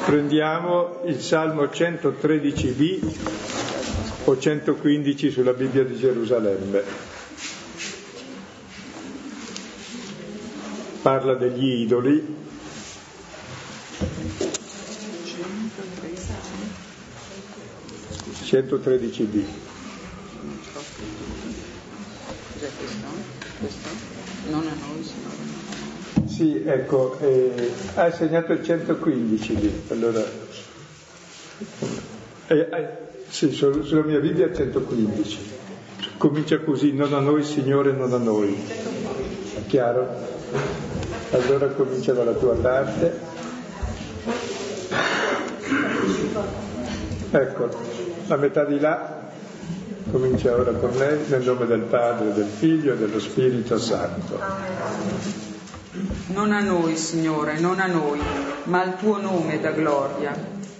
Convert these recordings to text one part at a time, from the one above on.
Prendiamo il Salmo 113b o 115 sulla Bibbia di Gerusalemme. Parla degli idoli. 113b. Cos'è questo? Non a noi, Signore. Sì, ecco, hai segnato il 115 lì, allora. Sì, sulla mia Bibbia è 115. Comincia così: non a noi, Signore, non a noi. Chiaro? Allora comincia dalla tua parte. Ecco, la metà di là comincia ora con lei, nel nome del Padre, del Figlio e dello Spirito Santo. Non a noi, Signore, non a noi, ma al tuo nome da gloria,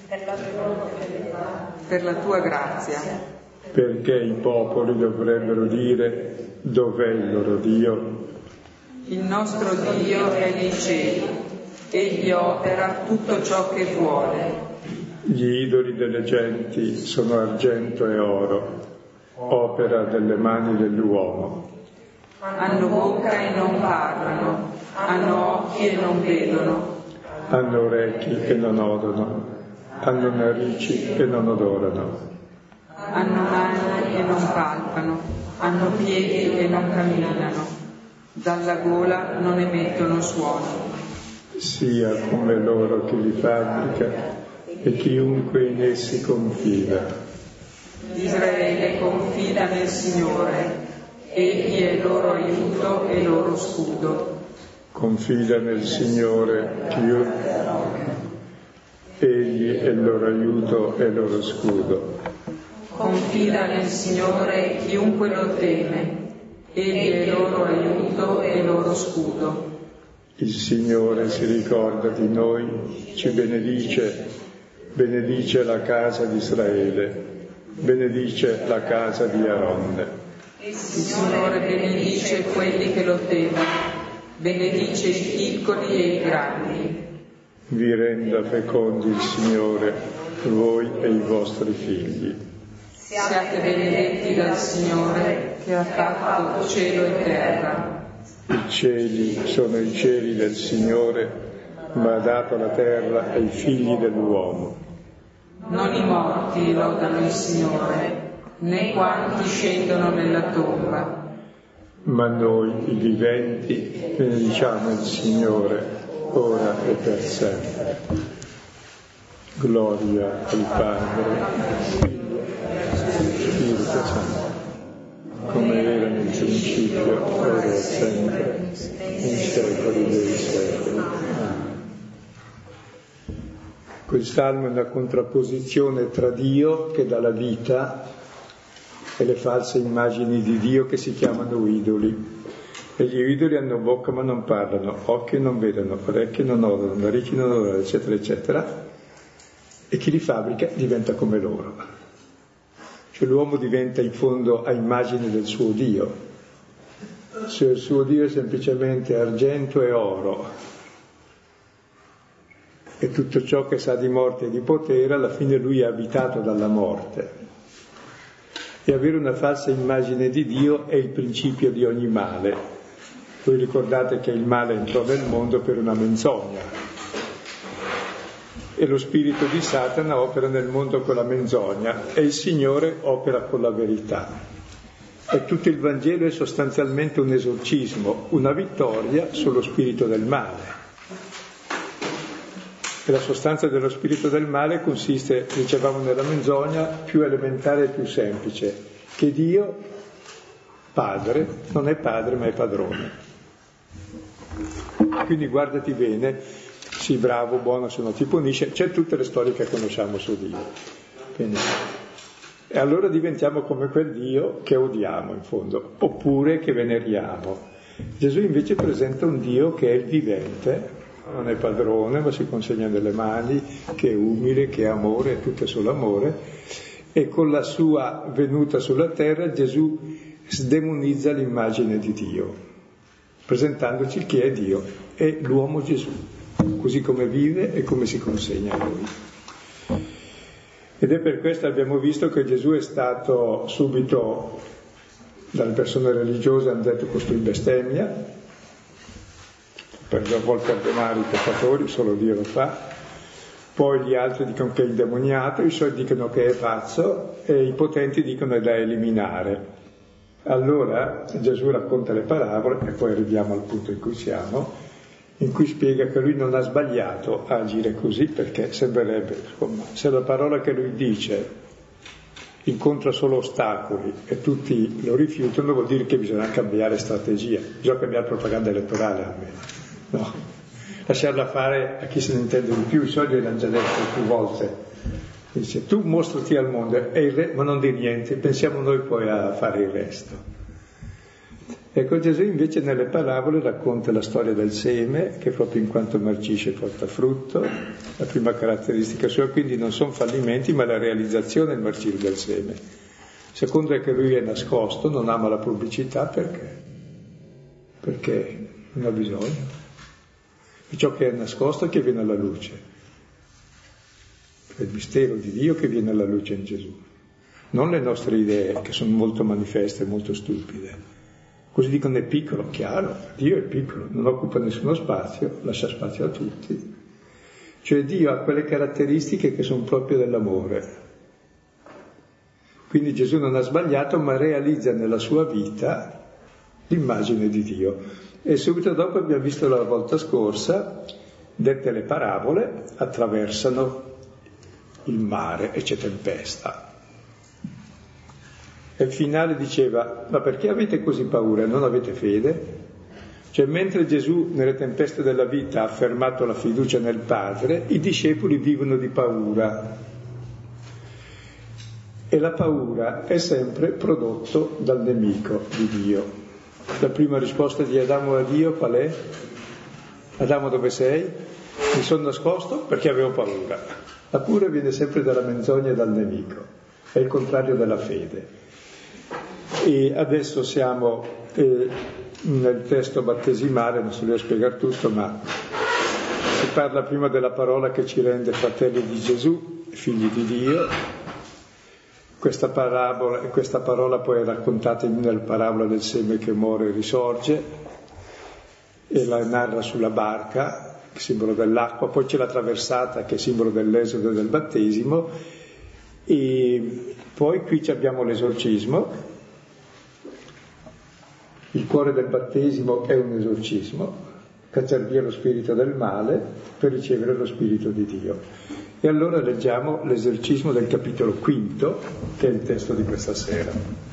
per la tua grazia. Perché i popoli dovrebbero dire: dov'è il loro Dio? Il nostro Dio è nei cieli, egli opera tutto ciò che vuole. Gli idoli delle genti sono argento e oro, opera delle mani dell'uomo. Hanno bocca e non parlano, hanno occhi e non vedono. Hanno orecchi e non odono, hanno narici e non odorano. Hanno mani e non palpano, hanno piedi e non camminano. Dalla gola non emettono suono. Sia come loro che li fabbrica e chiunque in essi confida. Israele confida nel Signore, egli è loro aiuto e loro scudo. Confida nel Signore, egli è il loro aiuto e il loro scudo. Confida nel Signore chiunque lo teme, egli è loro aiuto e loro scudo. Il Signore si ricorda di noi, ci benedice la casa di Israele, benedice la casa di Aronne. Il Signore benedice quelli che lo temono, benedice i piccoli e i grandi. Vi renda fecondi il Signore, voi e i vostri figli. Siate benedetti dal Signore che ha fatto cielo e terra. I cieli sono i cieli del Signore, ma ha dato la terra ai figli dell'uomo. Non i morti lodano il Signore, né quanti scendono nella tomba. Ma noi, i viventi, benediciamo il Signore, ora e per sempre. Gloria al Padre, Figlio e Spirito Santo, come era nel principio, ora e sempre, nei secoli dei secoli. Amen. Quel salmo è una contrapposizione tra Dio, che dà la vita, e le false immagini di Dio che si chiamano idoli. E gli idoli hanno bocca ma non parlano, occhi non vedono, orecchi non odono, narici non odorano, eccetera, eccetera. E chi li fabbrica diventa come loro. Cioè l'uomo diventa in fondo a immagine del suo Dio. Se il suo Dio è semplicemente argento e oro, e tutto ciò che sa di morte e di potere, alla fine lui è abitato dalla morte. E avere una falsa immagine di Dio è il principio di ogni male. Voi ricordate che il male entrò nel mondo per una menzogna. E lo spirito di Satana opera nel mondo con la menzogna e il Signore opera con la verità. E tutto il Vangelo è sostanzialmente un esorcismo, una vittoria sullo spirito del male. E la sostanza dello spirito del male consiste, dicevamo nella menzogna, più elementare e più semplice, che Dio, Padre, non è padre ma è padrone. Quindi guardati bene, sii bravo, buono, se no ti punisce, c'è tutte le storie che conosciamo su Dio. Quindi, e allora diventiamo come quel Dio che odiamo in fondo, oppure che veneriamo. Gesù invece presenta un Dio che è il vivente, non è padrone ma si consegna nelle mani, che è umile, che è amore, è tutto solo amore, e con la sua venuta sulla terra Gesù sdemonizza l'immagine di Dio, presentandoci chi è Dio, è l'uomo Gesù. così come vive e come si consegna a Lui. Ed è per questo abbiamo visto che Gesù è stato subito, dalle persone religiose hanno detto costui bestemmia, vuol perdonare i peccatori, solo Dio lo fa. Poi gli altri dicono che è indemoniato, i suoi dicono che è pazzo e i potenti dicono è da eliminare. Allora Gesù racconta le parabole, e poi arriviamo al punto in cui siamo, in cui spiega che lui non ha sbagliato a agire così, perché sembrerebbe, insomma, se la parola che lui dice incontra solo ostacoli e tutti lo rifiutano, vuol dire che bisogna cambiare strategia, bisogna cambiare propaganda elettorale almeno, no? Lasciarla fare a chi se ne intende di più, i soldi l'hanno già detto più volte. Dice, tu mostrati al mondo, ma non di niente, pensiamo noi poi a fare il resto. Ecco, Gesù invece nelle parabole racconta la storia del seme, che proprio in quanto marcisce porta frutto, la prima caratteristica sua, quindi non sono fallimenti, ma la realizzazione e il marcire del seme. Il secondo è che lui è nascosto, non ama la pubblicità, perché? Perché non ha bisogno. Ciò che è nascosto che viene alla luce. È il mistero di Dio che viene alla luce in Gesù. Non le nostre idee, che sono molto manifeste, molto stupide. Così dicono è piccolo, chiaro, Dio è piccolo, non occupa nessuno spazio, lascia spazio a tutti. Cioè Dio ha quelle caratteristiche che sono proprio dell'amore. Quindi Gesù non ha sbagliato, ma realizza nella sua vita l'immagine di Dio. E subito dopo abbiamo visto la volta scorsa, dette le parabole, attraversano il mare e c'è tempesta. E il finale diceva, ma perché avete così paura? Non avete fede? Cioè mentre Gesù nelle tempeste della vita ha affermato la fiducia nel Padre, i discepoli vivono di paura. E la paura è sempre prodotto dal nemico di Dio. La prima risposta di Adamo a Dio qual è? Adamo, dove sei? Mi sono nascosto perché avevo paura. La paura viene sempre dalla menzogna e dal nemico, è il contrario della fede. E adesso siamo nel testo battesimale, non so riesco a spiegare tutto, ma si parla prima della parola che ci rende fratelli di Gesù, figli di Dio. Questa parola poi è raccontata nella parabola del seme che muore e risorge, e la narra sulla barca, simbolo dell'acqua, poi c'è la traversata che è simbolo dell'esodo e del battesimo, e poi qui abbiamo l'esorcismo. Il cuore del battesimo è un esorcismo, cacciar via lo spirito del male per ricevere lo spirito di Dio. E allora leggiamo l'esorcismo del capitolo 5, che è il testo di questa sera.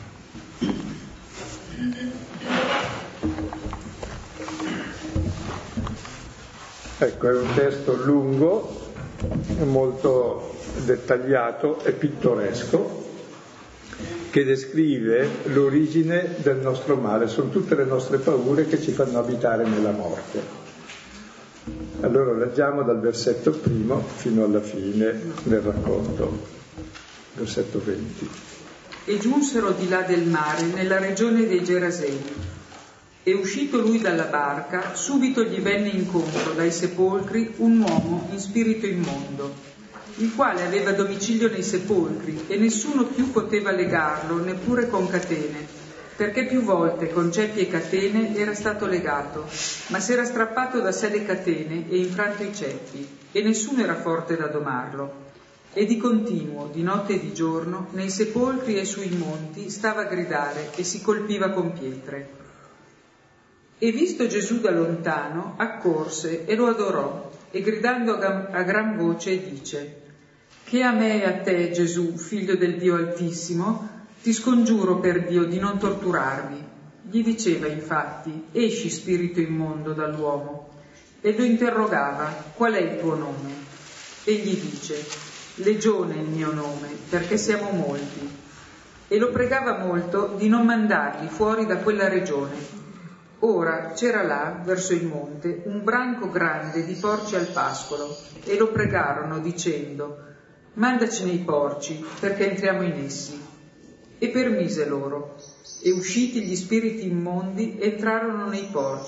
Ecco, è un testo lungo, molto dettagliato e pittoresco, che descrive l'origine del nostro male. Sono tutte le nostre paure che ci fanno abitare nella morte. Allora leggiamo dal versetto 1 fino alla fine del racconto, versetto 20. E giunsero di là del mare, nella regione dei Geraseni. E uscito lui dalla barca, subito gli venne incontro dai sepolcri un uomo in spirito immondo, il quale aveva domicilio nei sepolcri, e nessuno più poteva legarlo, neppure con catene, perché più volte con ceppi e catene era stato legato, ma si era strappato da sé le catene e infranto i ceppi, e nessuno era forte da domarlo. E di continuo, di notte e di giorno, nei sepolcri e sui monti stava a gridare e si colpiva con pietre. E visto Gesù da lontano, accorse e lo adorò, e gridando a gran voce dice: Che a me e a te, Gesù, figlio del Dio Altissimo, ti scongiuro per Dio di non torturarmi. Gli diceva infatti: esci spirito immondo dall'uomo. E lo interrogava: qual è il tuo nome? Egli dice: Legione è il mio nome, perché siamo molti. E lo pregava molto di non mandarli fuori da quella regione. Ora c'era là, verso il monte, un branco grande di porci al pascolo, e lo pregarono dicendo: mandaci nei porci, perché entriamo in essi. E permise loro, e usciti gli spiriti immondi entrarono nei porci,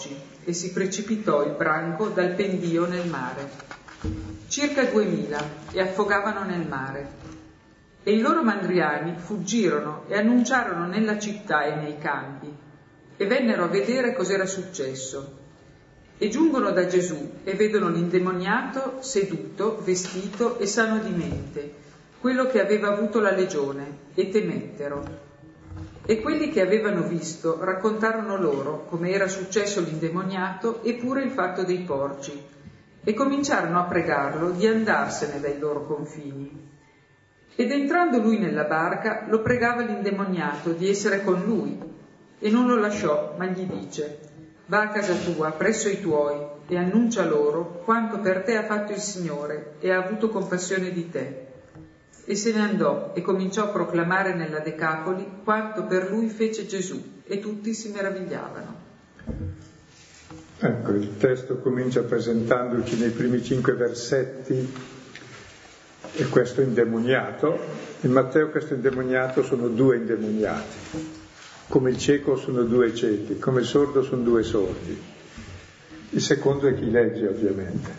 e si precipitò il branco dal pendio nel mare. Circa 2000 e affogavano nel mare. E i loro mandriani fuggirono e annunciarono nella città e nei campi, e vennero a vedere cos'era successo. E giungono da Gesù e vedono l'indemoniato seduto, vestito e sano di mente, quello che aveva avuto la legione, e temettero. E quelli che avevano visto raccontarono loro come era successo l'indemoniato e pure il fatto dei porci, e cominciarono a pregarlo di andarsene dai loro confini. Ed entrando lui nella barca, lo pregava l'indemoniato di essere con lui, e non lo lasciò, ma gli dice: va a casa tua, presso i tuoi, e annuncia loro quanto per te ha fatto il Signore, e ha avuto compassione di te. E se ne andò e cominciò a proclamare nella Decapoli quanto per lui fece Gesù, e tutti si meravigliavano. Ecco, il testo comincia presentandoci nei primi 5 versetti e questo indemoniato. In Matteo questo indemoniato sono 2 indemoniati, come il cieco sono 2 ciechi, come il sordo sono 2 sordi. Il secondo è chi legge, ovviamente,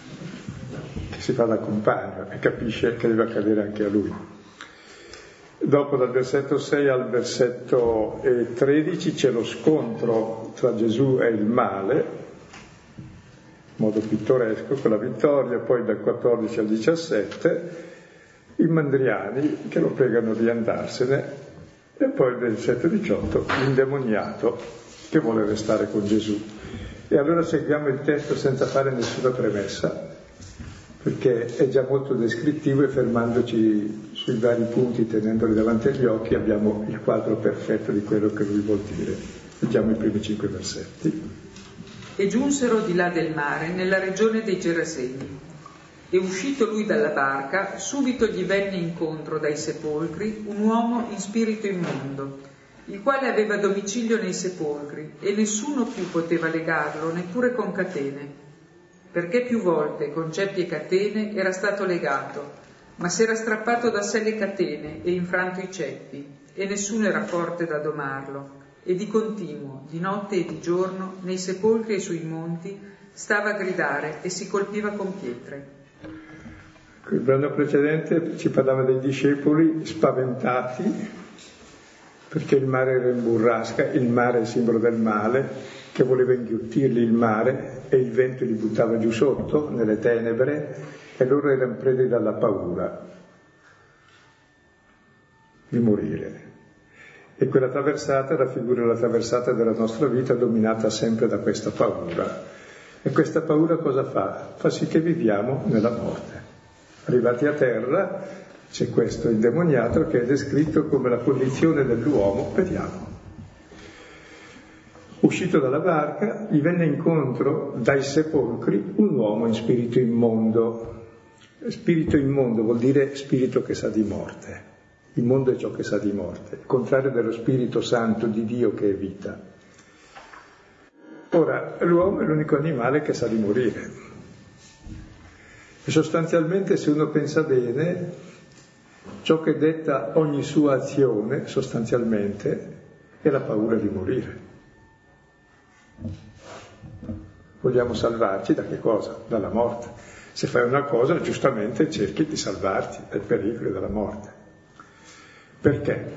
che si fa da compagno e capisce che deve accadere anche a lui. Dopo, dal versetto 6 al versetto 13 c'è lo scontro tra Gesù e il male, in modo pittoresco, con la vittoria. Poi dal 14 al 17 i mandriani che lo pregano di andarsene, e poi del versetto 18 l'indemoniato che vuole restare con Gesù. E allora seguiamo il testo senza fare nessuna premessa, perché è già molto descrittivo, e fermandoci sui vari punti, tenendoli davanti agli occhi, abbiamo il quadro perfetto di quello che lui vuol dire. Leggiamo i primi 5 versetti. E giunsero di là del mare, nella regione dei Geraseni. E uscito lui dalla barca, subito gli venne incontro dai sepolcri un uomo in spirito immondo, il quale aveva domicilio nei sepolcri, e nessuno più poteva legarlo, neppure con catene, perché più volte con ceppi e catene era stato legato, ma s'era strappato da sé le catene e infranto i ceppi, e nessuno era forte da domarlo, e di continuo, di notte e di giorno, nei sepolcri e sui monti, stava a gridare e si colpiva con pietre. Il brano precedente ci parlava dei discepoli spaventati perché il mare era in burrasca, il mare è il simbolo del male, che voleva inghiottirli il mare, e il vento li buttava giù sotto nelle tenebre, e loro erano presi dalla paura di morire. E quella traversata raffigura la traversata della nostra vita, dominata sempre da questa paura. E questa paura cosa fa? Fa sì che viviamo nella morte. Arrivati a terra c'è questo indemoniato che è descritto come la condizione dell'uomo. Vediamo. Uscito dalla barca, gli venne incontro dai sepolcri un uomo in spirito immondo. Spirito immondo vuol dire spirito che sa di morte. Il mondo è ciò che sa di morte, il contrario dello Spirito Santo di Dio che è vita. Ora, l'uomo è l'unico animale che sa di morire. E sostanzialmente, se uno pensa bene, ciò che detta ogni sua azione, sostanzialmente, è la paura di morire. Vogliamo salvarci da che cosa? Dalla morte. Se fai una cosa, giustamente cerchi di salvarti dai pericoli della morte. Perché?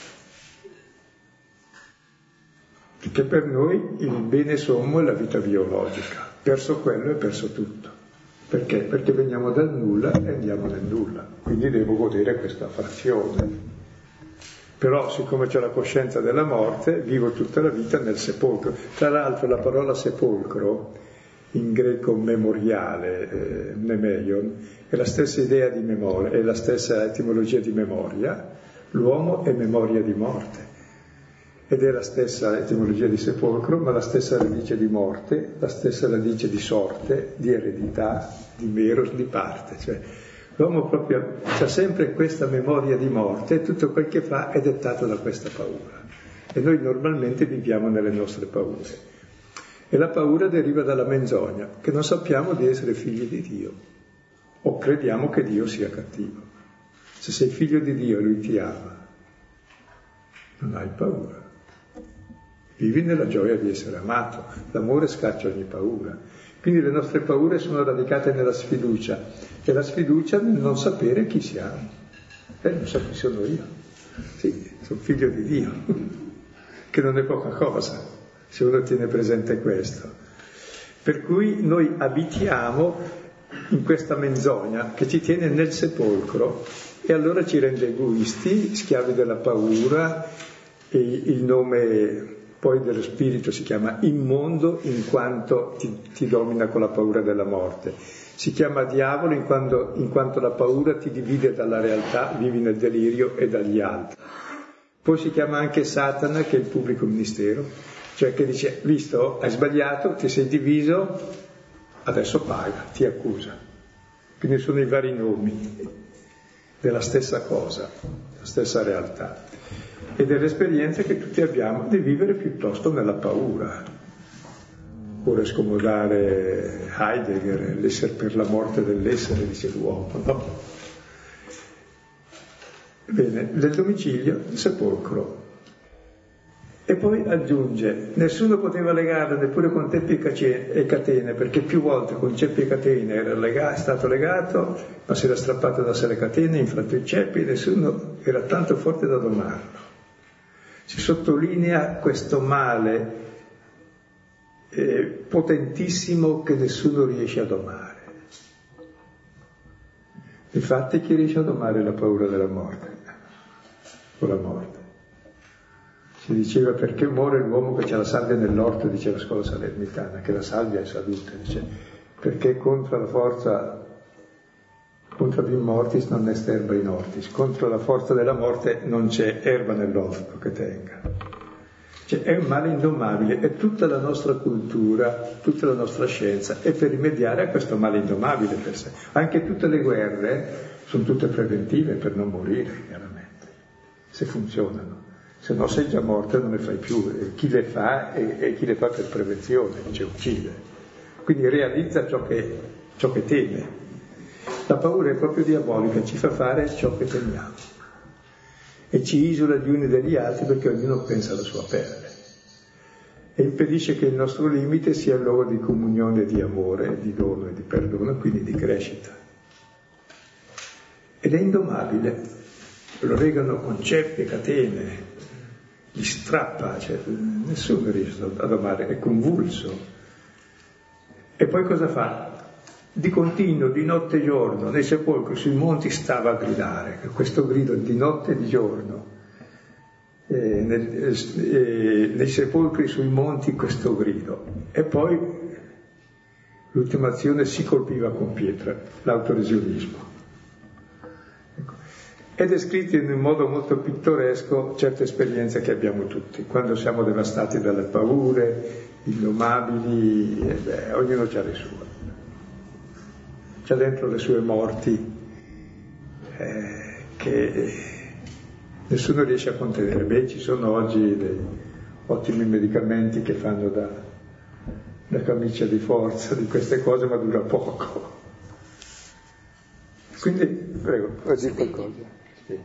Perché per noi il bene sommo è la vita biologica. Perso quello è perso tutto. Perché? Perché veniamo dal nulla e andiamo nel nulla. Quindi devo godere questa frazione. Però, siccome c'è la coscienza della morte, vivo tutta la vita nel sepolcro. Tra l'altro la parola sepolcro, in greco memoriale, nemeion, è la stessa idea di memoria, è la stessa etimologia di memoria. L'uomo è memoria di morte, ed è la stessa etimologia di sepolcro, ma la stessa radice di morte, la stessa radice di sorte, di eredità, di meros, di parte. Cioè, l'uomo proprio c'ha sempre questa memoria di morte, e tutto quel che fa è dettato da questa paura. E noi normalmente viviamo nelle nostre paure. E la paura deriva dalla menzogna, che non sappiamo di essere figli di Dio, o crediamo che Dio sia cattivo. Se sei figlio di Dio e Lui ti ama, non hai paura. vivi nella gioia di essere amato. L'amore scaccia ogni paura. Quindi le nostre paure sono radicate nella sfiducia, e la sfiducia nel non sapere chi siamo. Non so chi sono io. Sì, sono figlio di Dio, che non è poca cosa, se uno tiene presente questo. Per cui noi abitiamo in questa menzogna che ci tiene nel sepolcro, e allora ci rende egoisti, schiavi della paura, e il nome poi dello spirito si chiama immondo in quanto ti domina con la paura della morte. Si chiama diavolo in quanto la paura ti divide dalla realtà, vivi nel delirio e dagli altri. Poi si chiama anche Satana, che è il pubblico ministero, cioè che dice, visto, hai sbagliato, ti sei diviso, adesso paga, ti accusa. Quindi sono i vari nomi della stessa cosa, la stessa realtà. E delle esperienze che tutti abbiamo di vivere piuttosto nella paura. Ora scomodare Heidegger, l'essere per la morte dell'essere, dice l'uomo, no? Bene, del domicilio, il sepolcro. E poi aggiunge, nessuno poteva legarlo neppure con ceppi e catene, perché più volte con ceppi e catene è stato legato, ma si era strappato da sé le catene, infranto i ceppi, e nessuno era tanto forte da domarlo. Si sottolinea questo male potentissimo che nessuno riesce a domare. Infatti chi riesce a domare la paura della morte? O la morte. Si diceva perché muore l'uomo che c'ha la salvia nell'orto, dice la scuola salernitana, che la salvia è salute, dice, perché contro la forza, contra vim mortis non est erba in ortis, contro la forza della morte non c'è erba nell'orto che tenga. Cioè è un male indomabile, e tutta la nostra cultura, tutta la nostra scienza è per rimediare a questo male indomabile per sé. Anche tutte le guerre sono tutte preventive per non morire, chiaramente, se funzionano. Se no sei già morto e non le fai più, e chi le fa e chi le fa per prevenzione, cioè uccide. Quindi realizza ciò che teme. La paura è proprio diabolica, ci fa fare ciò che temiamo e ci isola gli uni dagli altri perché ognuno pensa alla sua pelle e impedisce che il nostro limite sia il luogo di comunione, di amore, di dono e di perdono, quindi di crescita. Ed è indomabile, lo legano con ceppi e catene, gli strappa, cioè, nessuno riesce a domare, è convulso. E poi cosa fa? Di continuo, di notte e giorno, nei sepolcri, sui monti stava a gridare, questo grido di notte e di giorno, nei sepolcri, sui monti, questo grido. E poi l'ultima azione si colpiva con pietra, l'autolesionismo. È descritto in un modo molto pittoresco certe esperienze che abbiamo tutti, quando siamo devastati dalle paure, indomabili, ognuno ha le sue. C'ha dentro le sue morti che nessuno riesce a contenere. Ci sono oggi dei ottimi medicamenti che fanno da camicia di forza di queste cose, ma dura poco. Quindi, prego, vuoi dire qualcosa? Sì.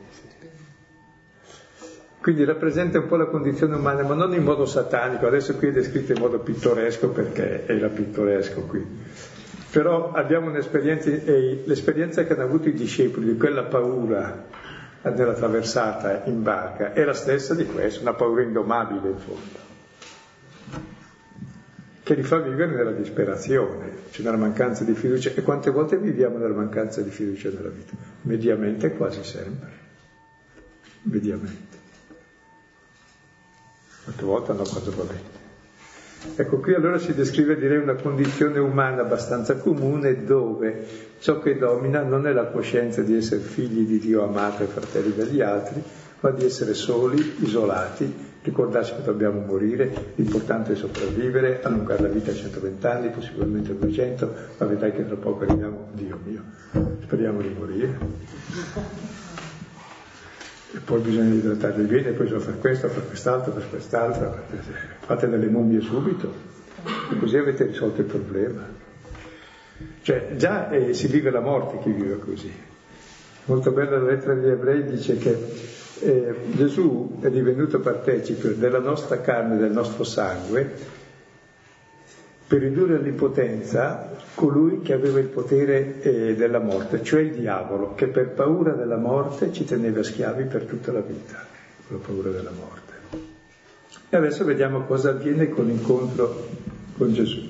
Quindi rappresenta un po' la condizione umana, ma non in modo satanico. Adesso qui è descritto in modo pittoresco perché era pittoresco qui. Però abbiamo un'esperienza, e l'esperienza che hanno avuto i discepoli di quella paura nella traversata in barca è la stessa di questo, una paura indomabile in fondo, che li fa vivere nella disperazione, cioè nella mancanza di fiducia. E quante volte viviamo nella mancanza di fiducia nella vita? Mediamente quasi sempre. Mediamente. Quante volte no, quando va bene. Ecco, qui allora si descrive, direi, una condizione umana abbastanza comune, dove ciò che domina non è la coscienza di essere figli di Dio amato e fratelli degli altri, ma di essere soli, isolati, ricordarsi che dobbiamo morire, l'importante è sopravvivere, allungare la vita a 120 anni, possibilmente a 200, ma vedrai che tra poco arriviamo, Dio mio, speriamo di morire. E poi bisogna idratarli bene, poi bisogna fare questo, fare quest'altro, fare quest'altro, fate delle mummie subito, e così avete risolto il problema. Cioè già si vive la morte chi vive così. Molto bella la lettera agli ebrei, dice che Gesù è divenuto partecipe della nostra carne e del nostro sangue per ridurre all'impotenza colui che aveva il potere della morte, cioè il diavolo, che per paura della morte ci teneva schiavi per tutta la vita, per paura della morte. E adesso vediamo cosa avviene con l'incontro con Gesù.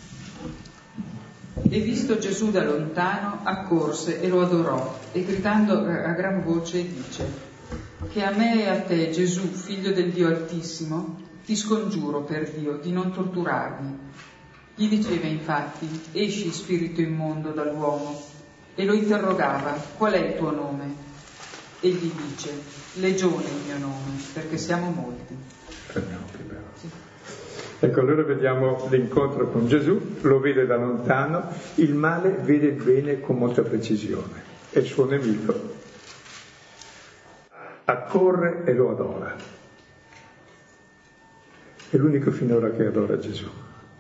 E visto Gesù da lontano, accorse e lo adorò, e gridando a gran voce dice: che a me e a te, Gesù, figlio del Dio Altissimo, ti scongiuro per Dio di non torturarmi. Gli diceva infatti: esci spirito immondo dall'uomo, e lo interrogava: qual è il tuo nome? Egli dice: Legione è il mio nome, perché siamo molti. Sì. Ecco, allora vediamo l'incontro con Gesù, lo vede da lontano, il male vede il bene con molta precisione, è il suo nemico, accorre e lo adora. È l'unico finora che adora Gesù.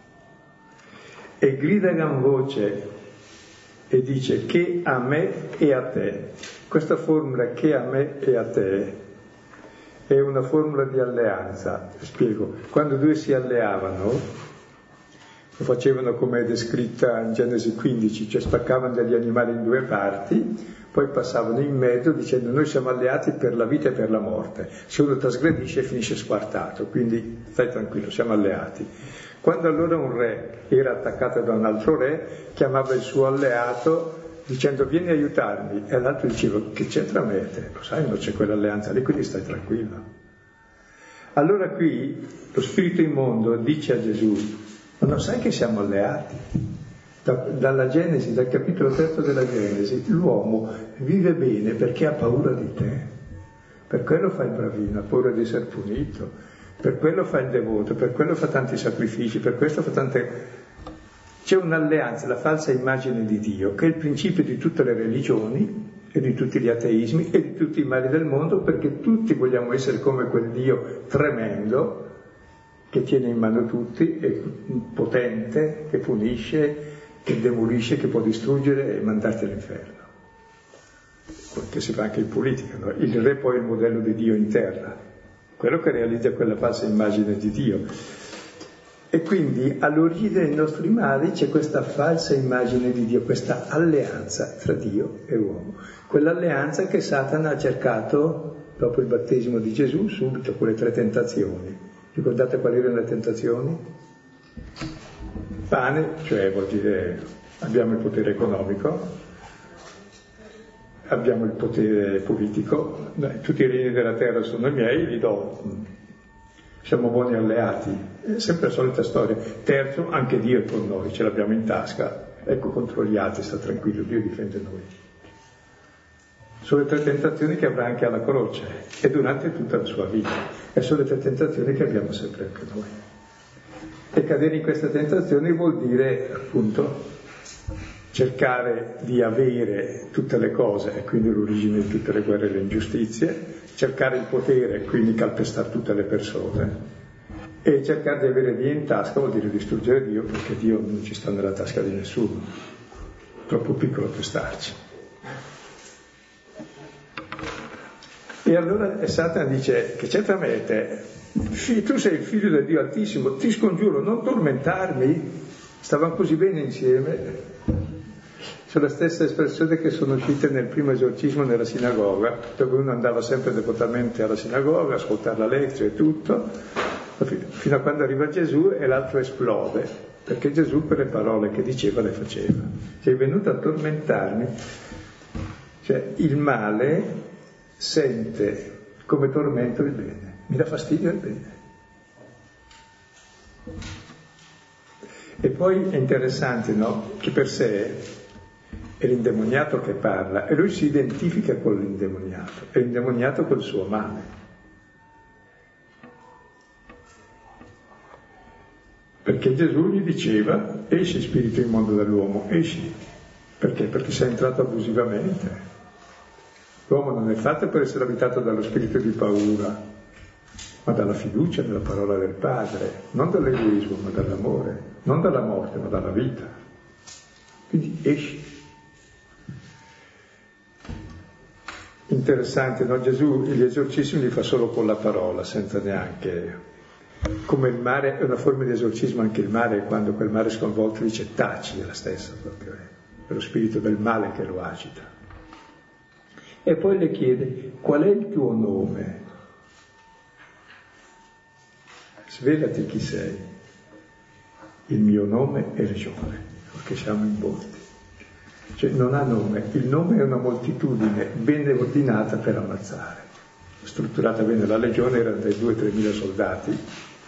E grida a gran voce e dice: che a me e a te. Questa formula che a me e a te è una formula di alleanza. Spiego: quando due si alleavano, lo facevano come è descritta in Genesi 15, cioè spaccavano degli animali in due parti, poi passavano in mezzo dicendo: noi siamo alleati per la vita e per la morte, se uno trasgredisce finisce squartato, quindi stai tranquillo, siamo alleati. Quando allora un re era attaccato da un altro re, chiamava il suo alleato dicendo: vieni a aiutarmi, e l'altro diceva: che c'entra me e te? Lo sai, non c'è quell'alleanza lì, quindi stai tranquillo. Allora qui lo spirito immondo dice a Gesù: ma non sai che siamo alleati? Dalla Genesi, dal capitolo 3 della Genesi, l'uomo vive bene perché ha paura di te, per quello fa il bravino, ha paura di essere punito, per quello fa il devoto, per quello fa tanti sacrifici, per questo fa tante... C'è un'alleanza, la falsa immagine di Dio, che è il principio di tutte le religioni e di tutti gli ateismi e di tutti i mali del mondo, perché tutti vogliamo essere come quel Dio tremendo che tiene in mano tutti, è potente, che punisce, che demolisce, che può distruggere e mandarti all'inferno. Che si fa anche in politica, no? Il re poi è il modello di Dio in terra, quello che realizza quella falsa immagine di Dio. E quindi all'origine dei nostri mali c'è questa falsa immagine di Dio, questa alleanza tra Dio e uomo. Quell'alleanza che Satana ha cercato dopo il battesimo di Gesù, subito con le 3 tentazioni. Ricordate quali erano le tentazioni? Pane, cioè vuol dire abbiamo il potere economico, abbiamo il potere politico, tutti i regni della terra sono miei, li do, siamo buoni alleati, è sempre la solita storia. Terzo, anche Dio è con noi, ce l'abbiamo in tasca, ecco, controlliate, sta tranquillo, Dio difende noi. Sono le 3 tentazioni che avrà anche alla croce e durante tutta la sua vita, e sono le 3 tentazioni che abbiamo sempre anche noi. E cadere in queste tentazioni vuol dire appunto cercare di avere tutte le cose, e quindi l'origine di tutte le guerre e le ingiustizie, cercare il potere, quindi calpestare tutte le persone, e cercare di avere Dio in tasca vuol dire distruggere Dio, perché Dio non ci sta nella tasca di nessuno, troppo piccolo per starci. E allora Satana dice: che c'è tra me e te? Tu sei il figlio del Dio Altissimo, ti scongiuro, non tormentarmi. Stavano così bene insieme. Sono le stesse espressioni che sono uscite nel primo esorcismo nella sinagoga, dove uno andava sempre devotamente alla sinagoga, a ascoltare la lezione e tutto, fino a quando arriva Gesù e l'altro esplode, perché Gesù quelle parole che diceva le faceva. Sei venuto a tormentarmi. Cioè il male sente come tormento il bene, mi dà fastidio il bene. E poi è interessante, no? Che per sé è l'indemoniato che parla e lui si identifica con l'indemoniato, è l'indemoniato col suo male. Perché Gesù gli diceva: esci spirito immondo dall'uomo, esci. Perché? Perché sei entrato abusivamente. L'uomo non è fatto per essere abitato dallo spirito di paura, ma dalla fiducia nella parola del Padre, non dall'egoismo, ma dall'amore, non dalla morte, ma dalla vita. Quindi esci. Interessante, no? Gesù gli esorcismi li fa solo con la parola, senza neanche... Come il mare è una forma di esorcismo, anche il mare, quando quel mare sconvolto dice taci, è la stessa proprio, è lo spirito del male che lo agita. E poi le chiede: qual è il tuo nome? Svelati chi sei. Il mio nome è Legione, perché siamo in molti. Cioè non ha nome, il nome è una moltitudine ben ordinata per ammazzare. Strutturata bene, la legione era dai 2.000-3.000 soldati,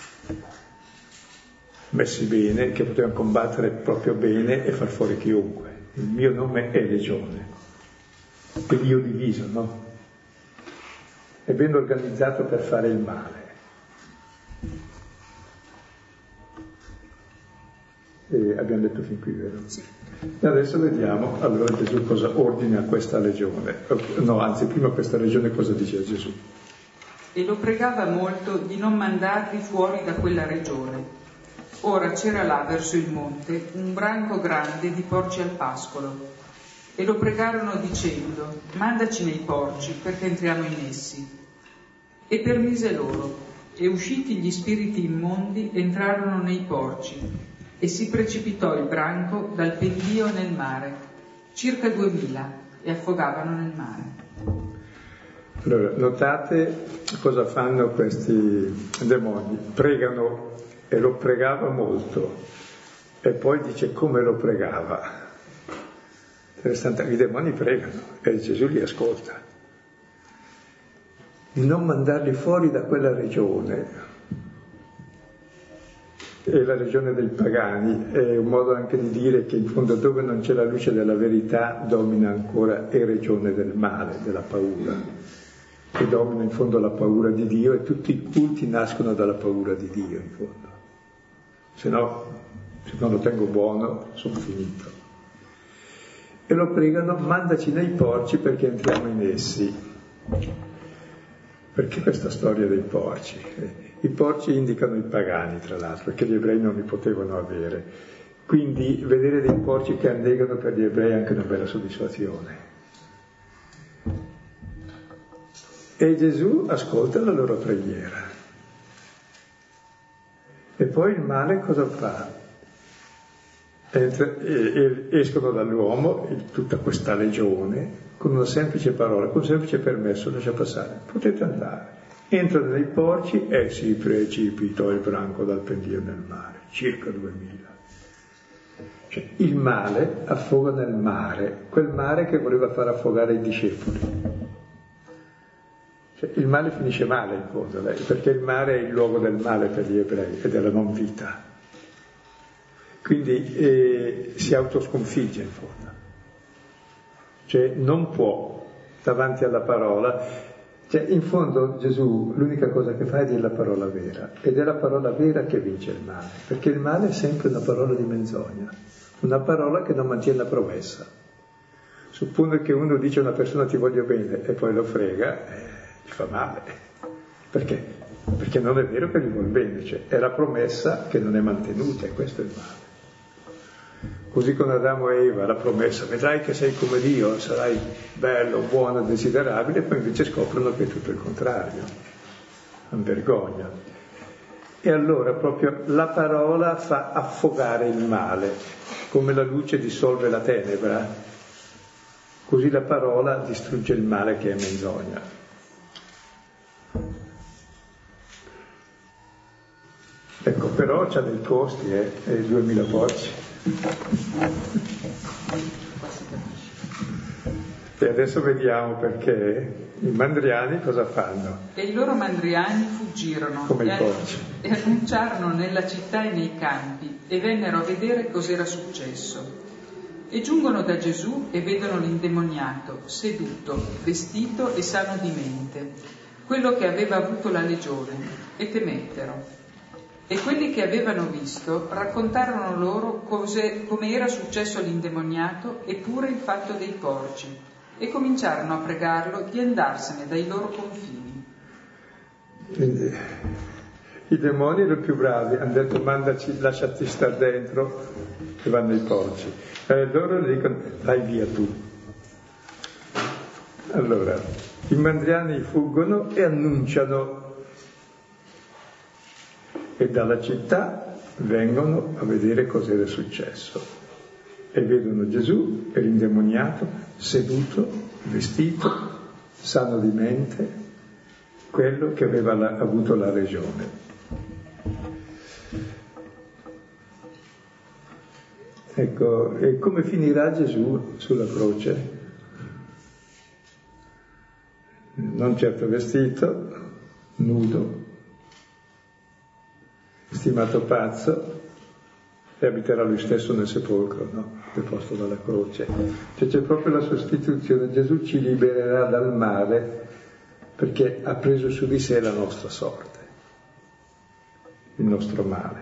messi bene, che potevano combattere proprio bene e far fuori chiunque. Il mio nome è Legione, per io diviso, no? È ben organizzato per fare il male. E abbiamo detto fin qui, vero? Sì. E adesso vediamo allora Gesù cosa ordina a questa legione. No, anzi, prima questa legione cosa dice a Gesù. E lo pregava molto di non mandarli fuori da quella regione. Ora c'era là verso il monte un branco grande di porci al pascolo. E lo pregarono dicendo: mandaci nei porci perché entriamo in essi. E permise loro. E usciti gli spiriti immondi entrarono nei porci. E si precipitò il branco dal pendio nel mare, circa 2.000, e affogavano nel mare. Allora, notate cosa fanno questi demoni. Pregano, e lo pregava molto, e poi dice come lo pregava. Interessante, i demoni pregano e Gesù li ascolta. Di non mandarli fuori da quella regione. E la regione dei pagani è un modo anche di dire che in fondo dove non c'è la luce della verità domina ancora è regione del male, della paura, e domina in fondo la paura di Dio, e tutti i culti nascono dalla paura di Dio in fondo. Se non lo tengo buono sono finito. E lo pregano: mandaci nei porci perché entriamo in essi. Perché questa storia dei porci? I porci indicano i pagani, tra l'altro, perché gli ebrei non li potevano avere. Quindi vedere dei porci che annegano per gli ebrei è anche una bella soddisfazione. E Gesù ascolta la loro preghiera. E poi il male cosa fa? Escono dall'uomo tutta questa legione con una semplice parola, con un semplice permesso: lascia passare, potete andare. Entrano nei porci e si precipitò il branco dal pendio nel mare, circa 2.000. Cioè, il male affoga nel mare, quel mare che voleva far affogare i discepoli. Cioè, il male finisce male in fondo, perché il mare è il luogo del male per gli ebrei e della non vita. Quindi si autosconfigge in fondo. Cioè non può, davanti alla parola. Cioè, in fondo Gesù l'unica cosa che fa è dire la parola vera, ed è la parola vera che vince il male, perché il male è sempre una parola di menzogna, una parola che non mantiene la promessa. Suppone che uno dice a una persona ti voglio bene e poi lo frega, gli fa male. Perché? Perché non è vero che gli vuol bene, cioè è la promessa che non è mantenuta, e questo è il male. Così con Adamo e Eva, la promessa: vedrai che sei come Dio, sarai bello, buono, desiderabile, poi invece scoprono che è tutto il contrario, una vergogna. E allora proprio la parola fa affogare il male, come la luce dissolve la tenebra, così la parola distrugge il male che è menzogna. Ecco, però c'ha dei costi, 2.000 porci. E adesso vediamo perché i mandriani cosa fanno. E i loro mandriani fuggirono e annunciarono nella città e nei campi, e vennero a vedere cos'era successo. E giungono da Gesù e vedono l'indemoniato, seduto, vestito e sano di mente, quello che aveva avuto la legione, e temettero. E quelli che avevano visto raccontarono loro come era successo all'indemoniato e pure il fatto dei porci, e cominciarono a pregarlo di andarsene dai loro confini. Quindi, i demoni erano più bravi, hanno detto mandaci, lasciati star dentro, e vanno ai porci. E loro le dicono vai via tu. Allora, i mandriani fuggono e annunciano, e dalla città vengono a vedere cos'era successo e vedono Gesù e l'indemoniato seduto, vestito, sano di mente, quello che aveva avuto la legione. Ecco, e come finirà Gesù sulla croce? Non certo vestito, nudo, stimato pazzo, e abiterà lui stesso nel sepolcro, no? Deposto dalla croce. Cioè c'è proprio la sostituzione. Gesù ci libererà dal male perché ha preso su di sé la nostra sorte, il nostro male.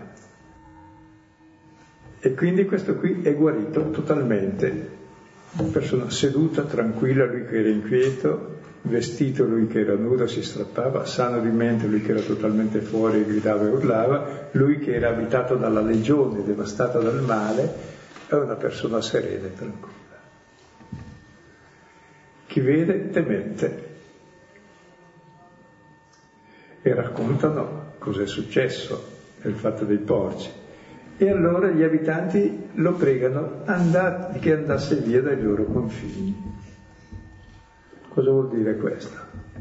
E quindi questo qui è guarito totalmente. Persona seduta, tranquilla, lui che era inquieto, vestito lui che era nudo, si strappava, sano di mente lui che era totalmente fuori, gridava e urlava, lui che era abitato dalla legione, devastato dal male, è una persona serena e tranquilla. Chi vede temette. E raccontano cos'è successo nel fatto dei porci. E allora gli abitanti lo pregano che andasse via dai loro confini. Cosa vuol dire questo?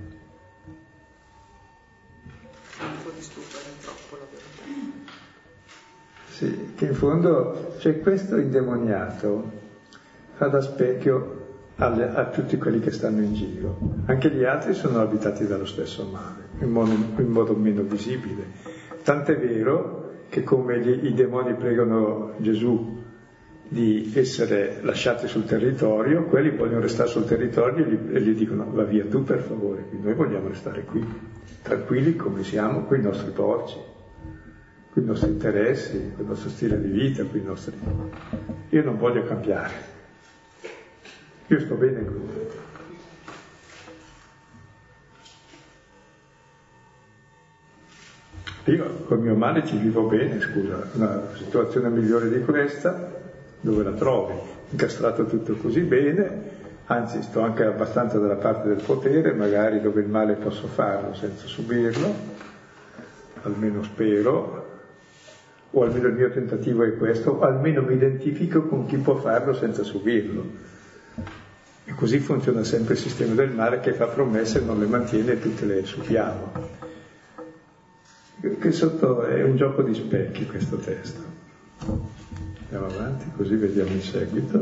Un po' di stupore, troppo la verità. Sì, che in fondo, cioè questo indemoniato fa da specchio a tutti quelli che stanno in giro. Anche gli altri sono abitati dallo stesso male, in modo meno visibile. Tant'è vero che come i demoni pregano Gesù di essere lasciati sul territorio, quelli vogliono restare sul territorio e gli dicono: va via tu per favore, noi vogliamo restare qui, tranquilli come siamo, qui i nostri porci, qui i nostri interessi, qui il nostro stile di vita, qui i nostri... Io non voglio cambiare, io sto bene qui. Io col mio male ci vivo bene, scusa, una situazione migliore di questa, dove la trovi? Incastrato tutto così bene, anzi sto anche abbastanza dalla parte del potere, magari dove il male posso farlo senza subirlo, almeno spero, o almeno il mio tentativo è questo, o almeno mi identifico con chi può farlo senza subirlo. E così funziona sempre il sistema del male che fa promesse, non le mantiene e tutte le subiamo. Che sotto è un gioco di specchi questo testo. Andiamo avanti, così vediamo il seguito.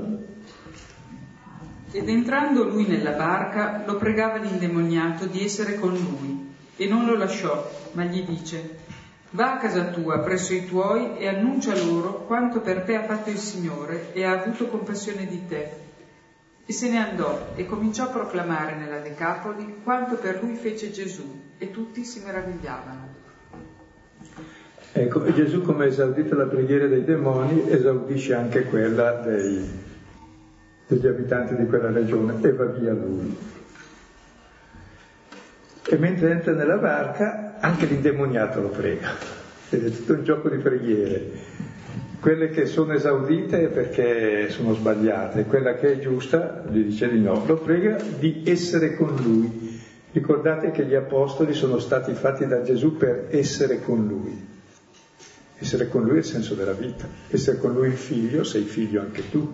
Ed entrando lui nella barca, lo pregava l'indemoniato di essere con lui, e non lo lasciò, ma gli dice: va a casa tua presso i tuoi e annuncia loro quanto per te ha fatto il Signore e ha avuto compassione di te. E se ne andò e cominciò a proclamare nella Decapoli quanto per lui fece Gesù, e tutti si meravigliavano. Ecco, Gesù, come ha esaudito la preghiera dei demoni, esaudisce anche quella degli abitanti di quella regione e va via lui. E mentre entra nella barca, anche l'indemoniato lo prega. Ed è tutto un gioco di preghiere. Quelle che sono esaudite perché sono sbagliate, quella che è giusta gli dice di no. Lo prega di essere con lui. Ricordate che gli apostoli sono stati fatti da Gesù per essere con lui. Essere con lui è il senso della vita. Essere con lui il figlio, sei figlio anche tu.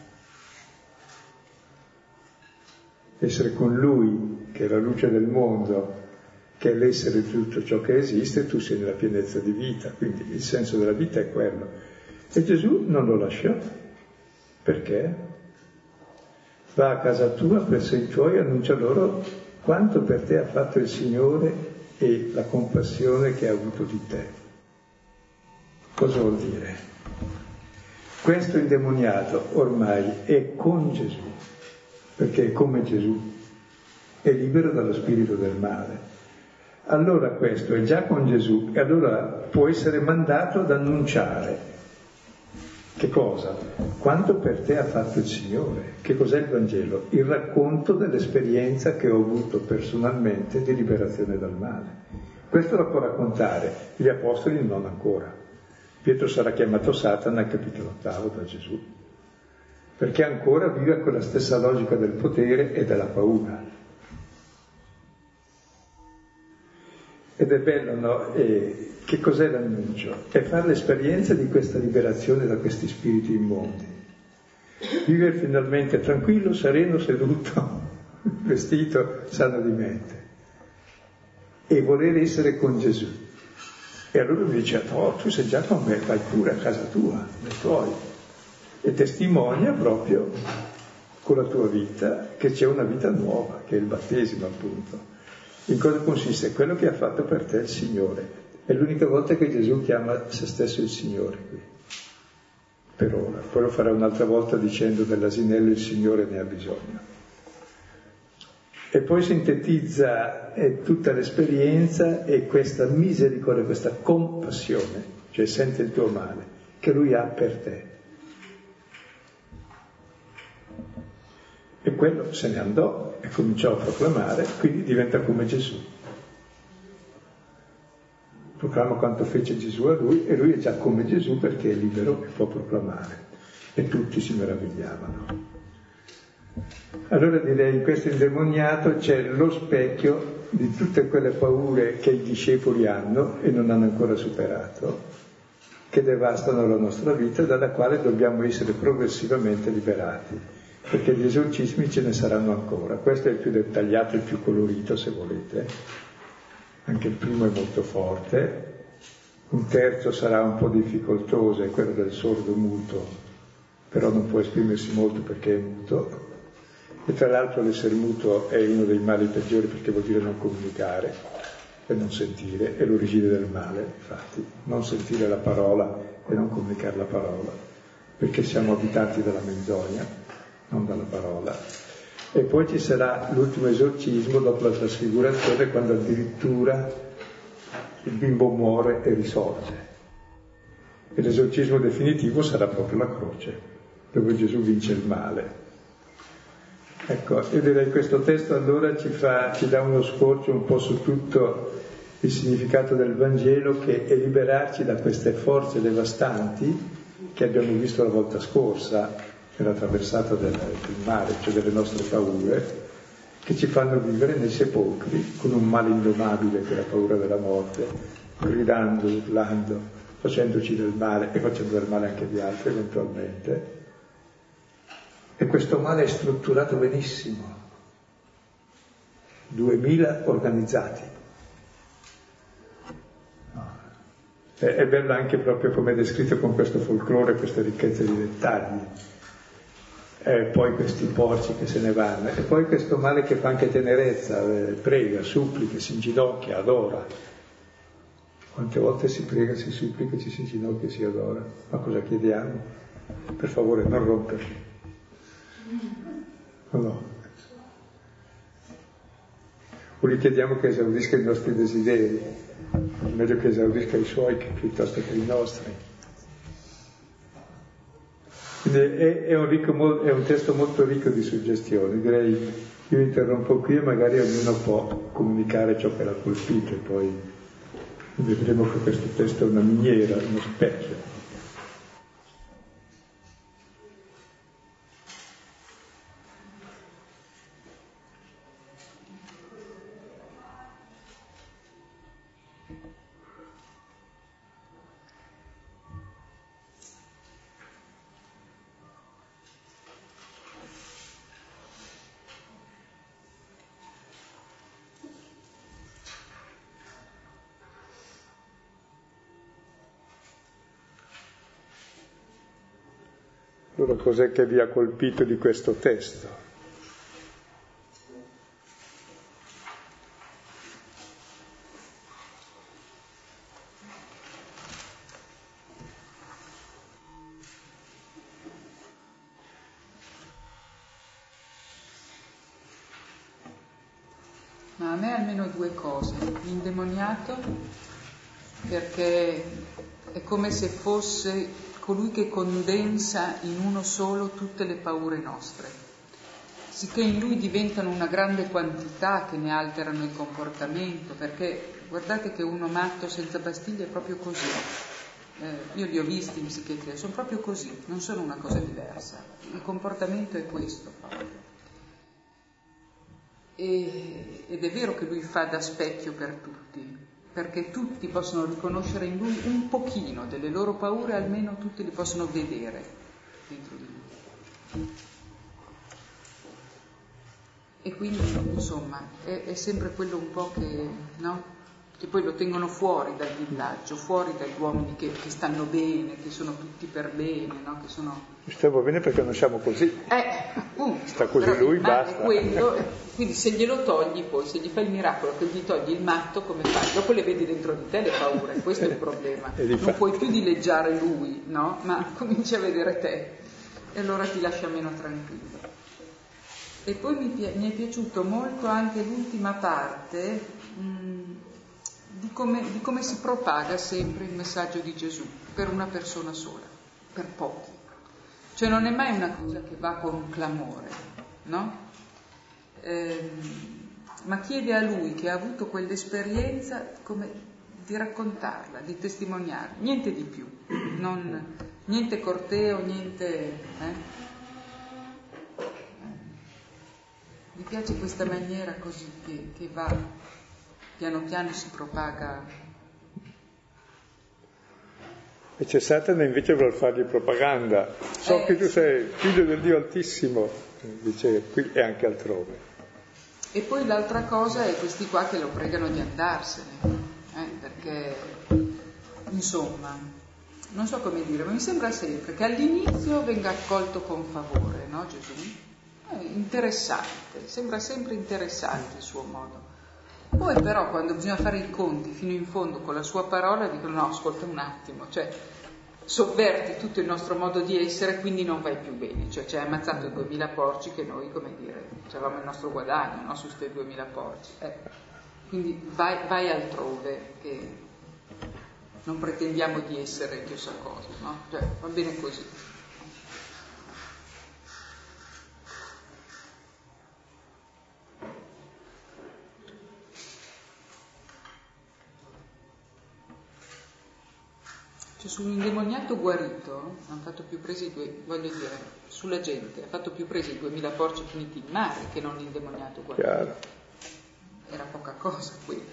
Essere con lui, che è la luce del mondo, che è l'essere di tutto ciò che esiste, tu sei nella pienezza di vita. Quindi il senso della vita è quello. E Gesù non lo lasciò. Perché? Va a casa tua presso i tuoi e annuncia loro quanto per te ha fatto il Signore e la compassione che ha avuto di te. Cosa vuol dire? Questo indemoniato ormai è con Gesù, perché è come Gesù, è libero dallo spirito del male. Allora questo è già con Gesù e allora può essere mandato ad annunciare. Che cosa? Quanto per te ha fatto il Signore. Che cos'è il Vangelo? Il racconto dell'esperienza che ho avuto personalmente di liberazione dal male. Questo lo può raccontare, gli apostoli non ancora. Pietro sarà chiamato Satana al capitolo 8 da Gesù, perché ancora vive con la stessa logica del potere e della paura. Ed è bello, no? E che cos'è l'annuncio? È fare l'esperienza di questa liberazione da questi spiriti immondi. Vivere finalmente tranquillo, sereno, seduto, vestito, sano di mente. E voler essere con Gesù. E allora lui dice, oh, tu sei già con me, vai pure a casa tua, nei tuoi. E testimonia proprio con la tua vita che c'è una vita nuova, che è il battesimo appunto. In cosa consiste? Quello che ha fatto per te il Signore. È l'unica volta che Gesù chiama se stesso il Signore qui, per ora. Poi lo farà un'altra volta dicendo dell'asinello il Signore ne ha bisogno. E poi sintetizza tutta l'esperienza e questa misericordia, questa compassione, cioè sente il tuo male, che Lui ha per te. E quello se ne andò e cominciò a proclamare, quindi diventa come Gesù. Proclama quanto fece Gesù a lui e lui è già come Gesù perché è libero e può proclamare. E tutti si meravigliavano. Allora direi in questo indemoniato c'è lo specchio di tutte quelle paure che i discepoli hanno e non hanno ancora superato, che devastano la nostra vita, dalla quale dobbiamo essere progressivamente liberati, perché gli esorcismi ce ne saranno ancora. Questo è il più dettagliato, il più colorito se volete, anche il primo è molto forte, un terzo sarà un po' difficoltoso, è quello del sordo muto, però non può esprimersi molto perché è muto. E tra l'altro l'essere muto è uno dei mali peggiori perché vuol dire non comunicare e non sentire, è l'origine del male, infatti, non sentire la parola e non comunicare la parola, perché siamo abitati dalla menzogna, non dalla parola. E poi ci sarà l'ultimo esorcismo dopo la trasfigurazione, quando addirittura il bimbo muore e risorge. E l'esorcismo definitivo sarà proprio la croce, dove Gesù vince il male. Ecco, io direi questo testo allora ci dà uno scorcio un po' su tutto il significato del Vangelo, che è liberarci da queste forze devastanti che abbiamo visto la volta scorsa, nella traversata del mare, cioè delle nostre paure, che ci fanno vivere nei sepolcri con un male indomabile che è la paura della morte, gridando, urlando, facendoci del male e facendo del male anche agli altri eventualmente. E questo male è strutturato benissimo, 2000 organizzati. È bello anche proprio come è descritto con questo folklore, questa ricchezza di dettagli. E poi questi porci che se ne vanno, e poi questo male che fa anche tenerezza, prega, supplica, si inginocchia, adora. Quante volte si prega, si supplica, ci si inginocchia e si adora. Ma cosa chiediamo? Per favore, non romperli. No. O gli chiediamo che esaurisca i nostri desideri, è meglio che esaurisca i suoi piuttosto che i nostri. Quindi è un testo molto ricco di suggestioni. Direi, io interrompo qui e magari ognuno può comunicare ciò che l'ha colpito e poi vedremo che questo testo è una miniera, uno specchio. Allora, cos'è che vi ha colpito di questo testo? Ma a me almeno due cose. L'indemoniato, perché è come se fosse colui che condensa in uno solo tutte le paure nostre, sicché in lui diventano una grande quantità che ne alterano il comportamento, perché guardate che uno matto senza pastiglie è proprio così. Io li ho visti in psichiatria, sono proprio così, non sono una cosa diversa. Il comportamento è questo proprio. Ed è vero che lui fa da specchio per tutti, perché tutti possono riconoscere in lui un pochino delle loro paure, almeno tutti li possono vedere dentro di lui. E quindi, insomma, è sempre quello un po' che, no? Che poi lo tengono fuori dal villaggio, fuori dagli uomini che stanno bene, che sono tutti per bene, no? Che sono... Stiamo bene perché non siamo così. Appunto. Sta così lui, basta. È quello, quindi se glielo togli poi, se gli fai il miracolo che gli togli il matto, come fai? Dopo le vedi dentro di te le paure, questo è il problema. Non puoi più dileggiare lui, no? Ma cominci a vedere te e allora ti lascia meno tranquillo. E poi mi è piaciuto molto anche l'ultima parte di come si propaga sempre il messaggio di Gesù per una persona sola, per pochi. Cioè non è mai una cosa che va con un clamore, no? Ma chiede a lui che ha avuto quell'esperienza di raccontarla, di testimoniarla, niente di più, niente corteo, niente... Mi piace questa maniera così che va, piano piano si propaga. E c'è Satana invece vuol fargli propaganda. So che tu sei figlio del Dio Altissimo, dice qui e anche altrove. E poi l'altra cosa è questi qua che lo pregano di andarsene, perché, insomma, non so come dire, ma mi sembra sempre che all'inizio venga accolto con favore, no Gesù? Interessante, sembra sempre interessante il suo modo. Poi però quando bisogna fare i conti fino in fondo con la sua parola dicono no, ascolta un attimo, cioè sovverti tutto il nostro modo di essere, quindi non vai più bene, cioè ci hai ammazzato 2000 porci che noi, come dire, avevamo il nostro guadagno, no, su questi 2000 porci. Quindi vai altrove, che non pretendiamo di essere chissà cosa, no? Cioè va bene così. Cioè su un indemoniato guarito hanno fatto più presi sulla gente ha fatto più presi 2000 porci finiti in mare che non l'indemoniato guarito. Chiaro. Era poca cosa quello.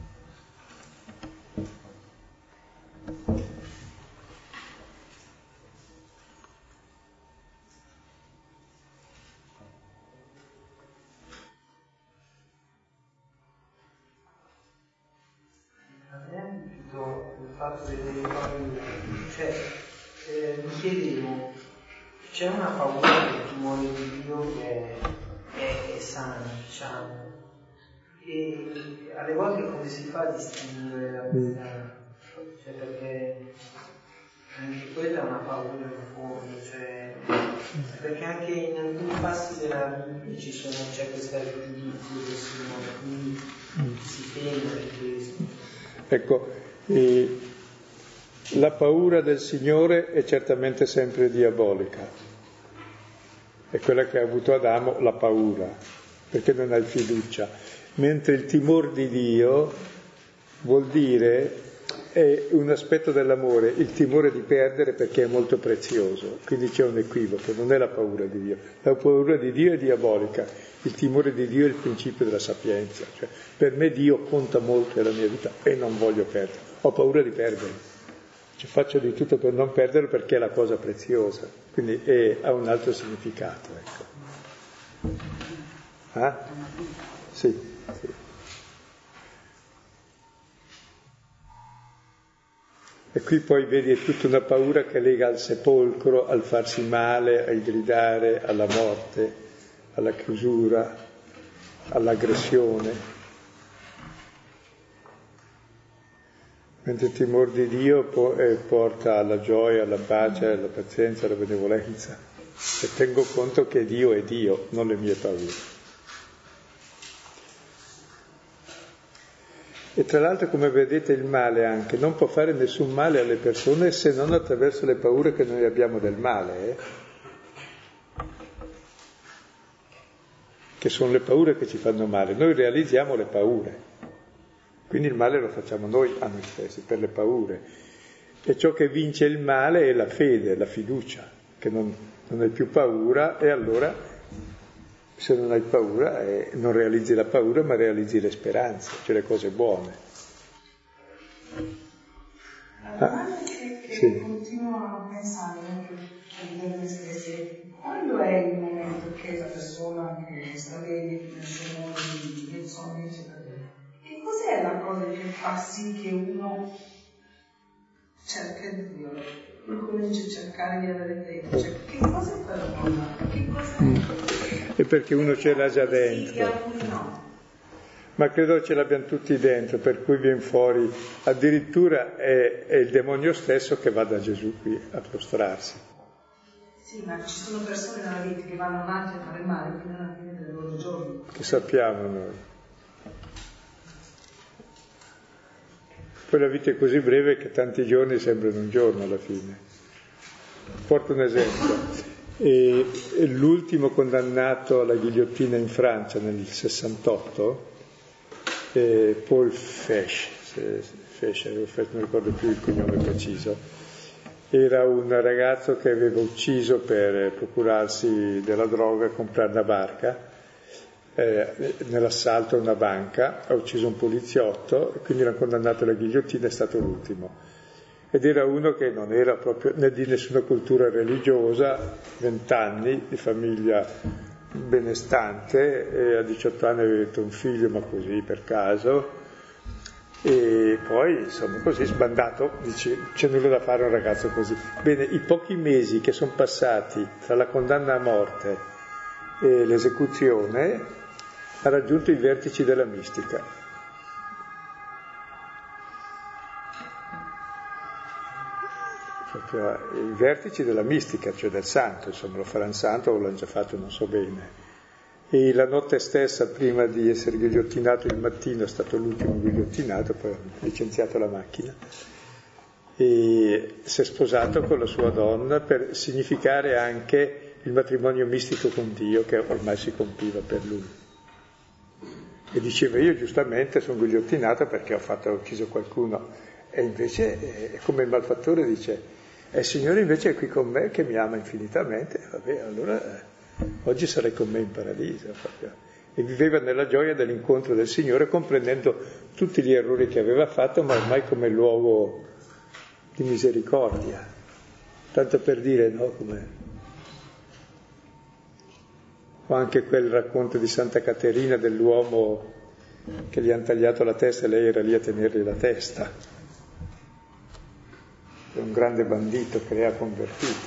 Il fatto delle paure, cioè mi chiedevo, c'è una paura del timore di Dio che è sana, diciamo, e alle volte come si fa a distinguere la questa, cioè perché anche quella è una paura in fondo, cioè perché anche in alcuni passi della Bibbia c'è questa giudizio quindi si teme di questo. Ecco, la paura del Signore è certamente sempre diabolica, è quella che ha avuto Adamo, la paura, perché non hai fiducia, mentre il timore di Dio vuol dire, è un aspetto dell'amore, il timore di perdere perché è molto prezioso, quindi c'è un equivoco, non è la paura di Dio, la paura di Dio è diabolica, il timore di Dio è il principio della sapienza, cioè per me Dio conta molto nella mia vita e non voglio perdere. Ho paura di perdere, cioè, faccio di tutto per non perderlo perché è la cosa preziosa, quindi ha un altro significato, ecco. Sì. E qui poi vedi è tutta una paura che lega al sepolcro, al farsi male, al gridare, alla morte, alla chiusura, all'aggressione. Mentre il timore di Dio porta alla gioia, alla pace, alla pazienza, alla benevolenza. E tengo conto che Dio è Dio, non le mie paure. E tra l'altro, come vedete, il male anche non può fare nessun male alle persone se non attraverso le paure che noi abbiamo del male, che sono le paure che ci fanno male. Noi realizziamo le paure. Quindi il male lo facciamo noi a noi stessi, per le paure. E ciò che vince il male è la fede, la fiducia, che non hai più paura e allora, se non hai paura, non realizzi la paura ma realizzi le speranze, cioè le cose buone. La domanda che sì. Continuo a pensare per me stessi, quando è il momento che la persona che sta bene nel suo modo di sogno, eccetera, che cos'è la cosa che fa sì che uno cerca Dio, comincia a cercare di avere dentro? Cioè, che cosa è quella cosa? Che cos'è? È perché uno ce l'ha già dentro. Sì, alcuni no. Ma credo ce l'abbiano tutti dentro, per cui viene fuori. Addirittura è il demonio stesso che va da Gesù qui a prostrarsi. Sì, ma ci sono persone nella vita che vanno avanti a fare male fino alla fine dei loro giorni. Che sappiamo noi. Poi la vita è così breve che tanti giorni sembrano un giorno alla fine. Porto un esempio. E l'ultimo condannato alla ghigliottina in Francia nel 68, Paul Fesch, non ricordo più il cognome preciso, era un ragazzo che aveva ucciso per procurarsi della droga e comprare una barca, nell'assalto a una banca, ha ucciso un poliziotto e quindi era condannato alla ghigliottina, è stato l'ultimo. Ed era uno che non era proprio né di nessuna cultura religiosa, 20 anni, di famiglia benestante, e a 18 anni aveva avuto un figlio, ma così per caso, e poi insomma così sbandato, dice c'è nulla da fare a un ragazzo così. Bene, i pochi mesi che sono passati tra la condanna a morte e l'esecuzione ha raggiunto i vertici della mistica. Proprio i vertici della mistica, cioè del santo, insomma, lo faranno santo o l'hanno già fatto, non so bene. E la notte stessa, prima di essere ghigliottinato, il mattino è stato l'ultimo ghigliottinato, poi ha licenziato la macchina, e si è sposato con la sua donna per significare anche il matrimonio mistico con Dio che ormai si compiva per lui. E diceva, io giustamente sono ghigliottinato perché ho ucciso qualcuno, e invece è come il malfattore dice, il Signore invece è qui con me che mi ama infinitamente, vabbè, allora oggi sarai con me in paradiso. Proprio. E viveva nella gioia dell'incontro del Signore, comprendendo tutti gli errori che aveva fatto, ma ormai come luogo di misericordia. Tanto per dire, no, come... O anche quel racconto di Santa Caterina dell'uomo che gli hanno tagliato la testa e lei era lì a tenergli la testa. È un grande bandito che lei ha convertito.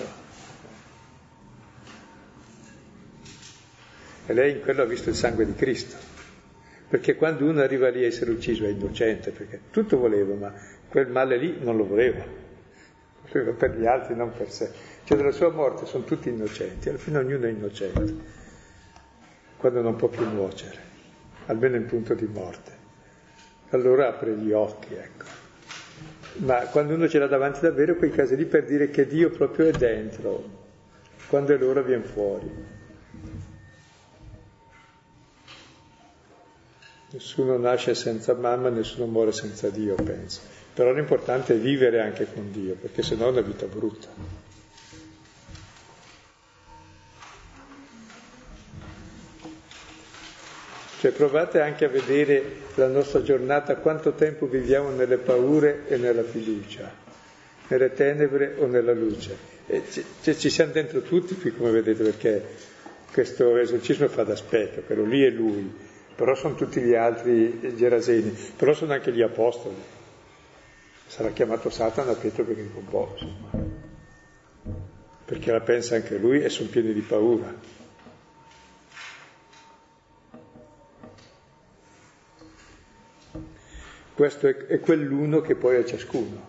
E lei in quello ha visto il sangue di Cristo. Perché quando uno arriva lì a essere ucciso è innocente, perché tutto voleva, ma quel male lì non lo voleva. Voleva per gli altri, non per sé. Cioè della sua morte sono tutti innocenti, alla fine ognuno è innocente, quando non può più nuocere, almeno in punto di morte. Allora apre gli occhi, ecco. Ma quando uno ce l'ha davanti davvero, quei casi lì per dire che Dio proprio è dentro, quando è l'ora viene fuori. Nessuno nasce senza mamma, nessuno muore senza Dio, penso. Però l'importante è vivere anche con Dio, perché sennò è una vita brutta. Cioè provate anche a vedere la nostra giornata, quanto tempo viviamo nelle paure e nella fiducia, nelle tenebre o nella luce. E ci siamo dentro tutti qui, come vedete, perché questo esorcismo fa da specchio, quello lì è lui, però sono tutti gli altri geraseni, però sono anche gli apostoli. Sarà chiamato Satana a Pietro perché è un po', insomma, perché la pensa anche lui e sono pieni di paura. Questo è quell'uno che poi è ciascuno.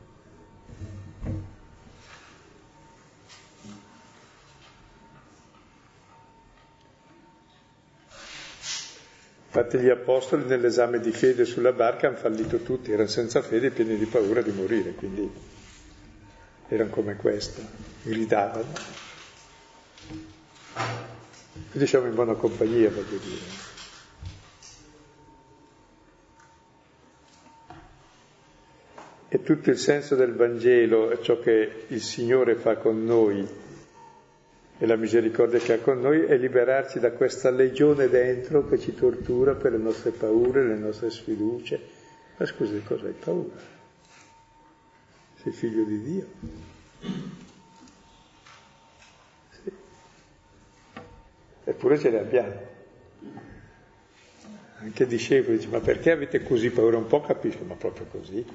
Infatti gli apostoli nell'esame di fede sulla barca hanno fallito tutti, erano senza fede e pieni di paura di morire, quindi erano come questo, gridavano. Quindi siamo in buona compagnia, voglio dire. E tutto il senso del Vangelo è ciò che il Signore fa con noi e la misericordia che ha con noi è liberarci da questa legione dentro che ci tortura per le nostre paure, le nostre sfiducie. Ma scusi, cosa hai paura? sei figlio di Dio. Sì. Eppure ce le abbiamo. Anche discepoli dice, ma perché avete così paura? Un po' capisco, ma proprio così.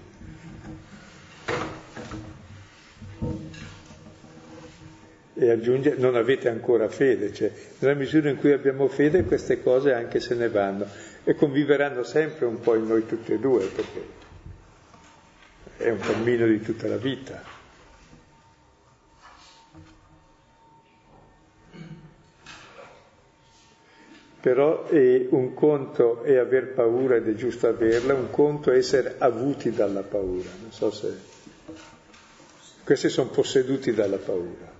E aggiunge, non avete ancora fede, cioè nella misura in cui abbiamo fede queste cose anche se ne vanno e conviveranno sempre un po' in noi tutte e due, perché è un cammino di tutta la vita. Però un conto è aver paura ed è giusto averla, un conto è essere avuti dalla paura. Non so se... Questi sono posseduti dalla paura.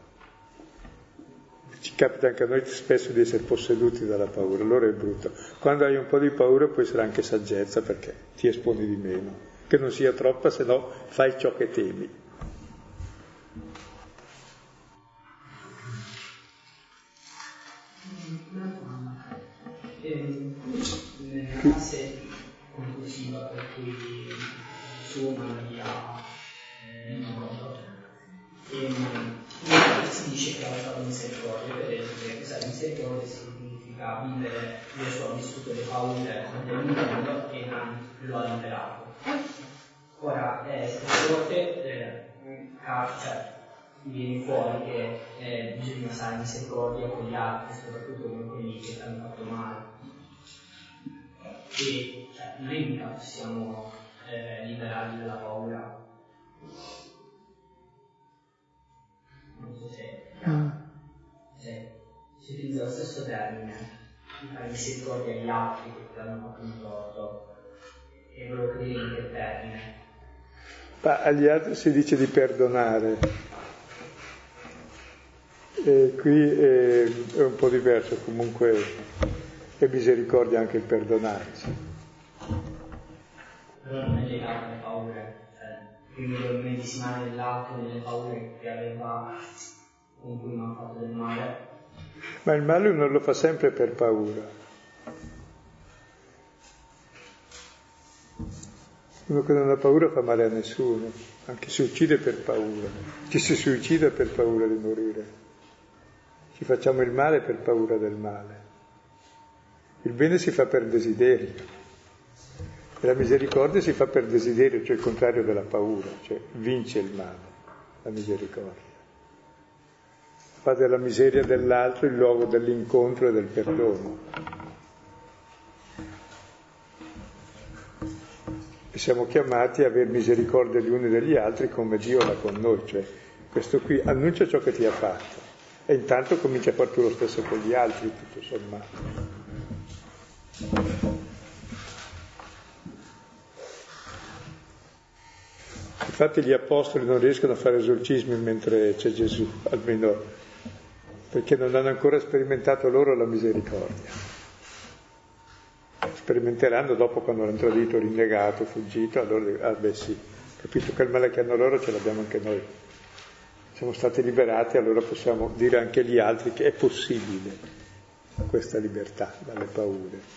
Ci capita anche a noi spesso di essere posseduti dalla paura, allora è brutto. Quando hai un po' di paura può essere anche saggezza perché ti esponi di meno. Che non sia troppa, se no fai ciò che temi. Nella fase conclusiva per cui suo Maria si dice che ha fatto misericordia, vedete che questa misericordia significa vivere, Gesù ha vissuto le paure del mondo e lo ha liberato. Ora, queste volte viene fuori che bisogna usare misericordia con gli altri, soprattutto con quelli che hanno fatto male. E noi mica possiamo liberarli dalla paura. Non so se si utilizza lo stesso termine, di fare misericordia agli altri che ti hanno fatto un torto, e volevo capire in che termine. Ma agli altri si dice di perdonare, e qui è un po' diverso, comunque è misericordia anche il perdonarsi. Però non è legato alle paure, quindi devo medesimare nell'altro nelle paure che aveva, con cui mi ha fatto del male. Ma il male uno lo fa sempre per paura. Uno che non ha paura fa male a nessuno, anche si uccide per paura, ci si suicida per paura di morire, ci facciamo il male per paura del male. Il bene si fa per desiderio, e la misericordia si fa per desiderio, cioè il contrario della paura, cioè vince il male, la misericordia. Fa della miseria dell'altro il luogo dell'incontro e del perdono. E siamo chiamati a avere misericordia gli uni degli altri come Dio l'ha con noi, cioè questo qui annuncia ciò che ti ha fatto e intanto comincia a fare tu lo stesso con gli altri, tutto sommato. Infatti gli apostoli non riescono a fare esorcismi mentre c'è Gesù, almeno perché non hanno ancora sperimentato loro la misericordia. Sperimenteranno dopo quando l'hanno tradito, rinnegato, fuggito, allora sì, capito che il male che hanno loro ce l'abbiamo anche noi. Siamo stati liberati, allora possiamo dire anche agli altri che è possibile questa libertà dalle paure.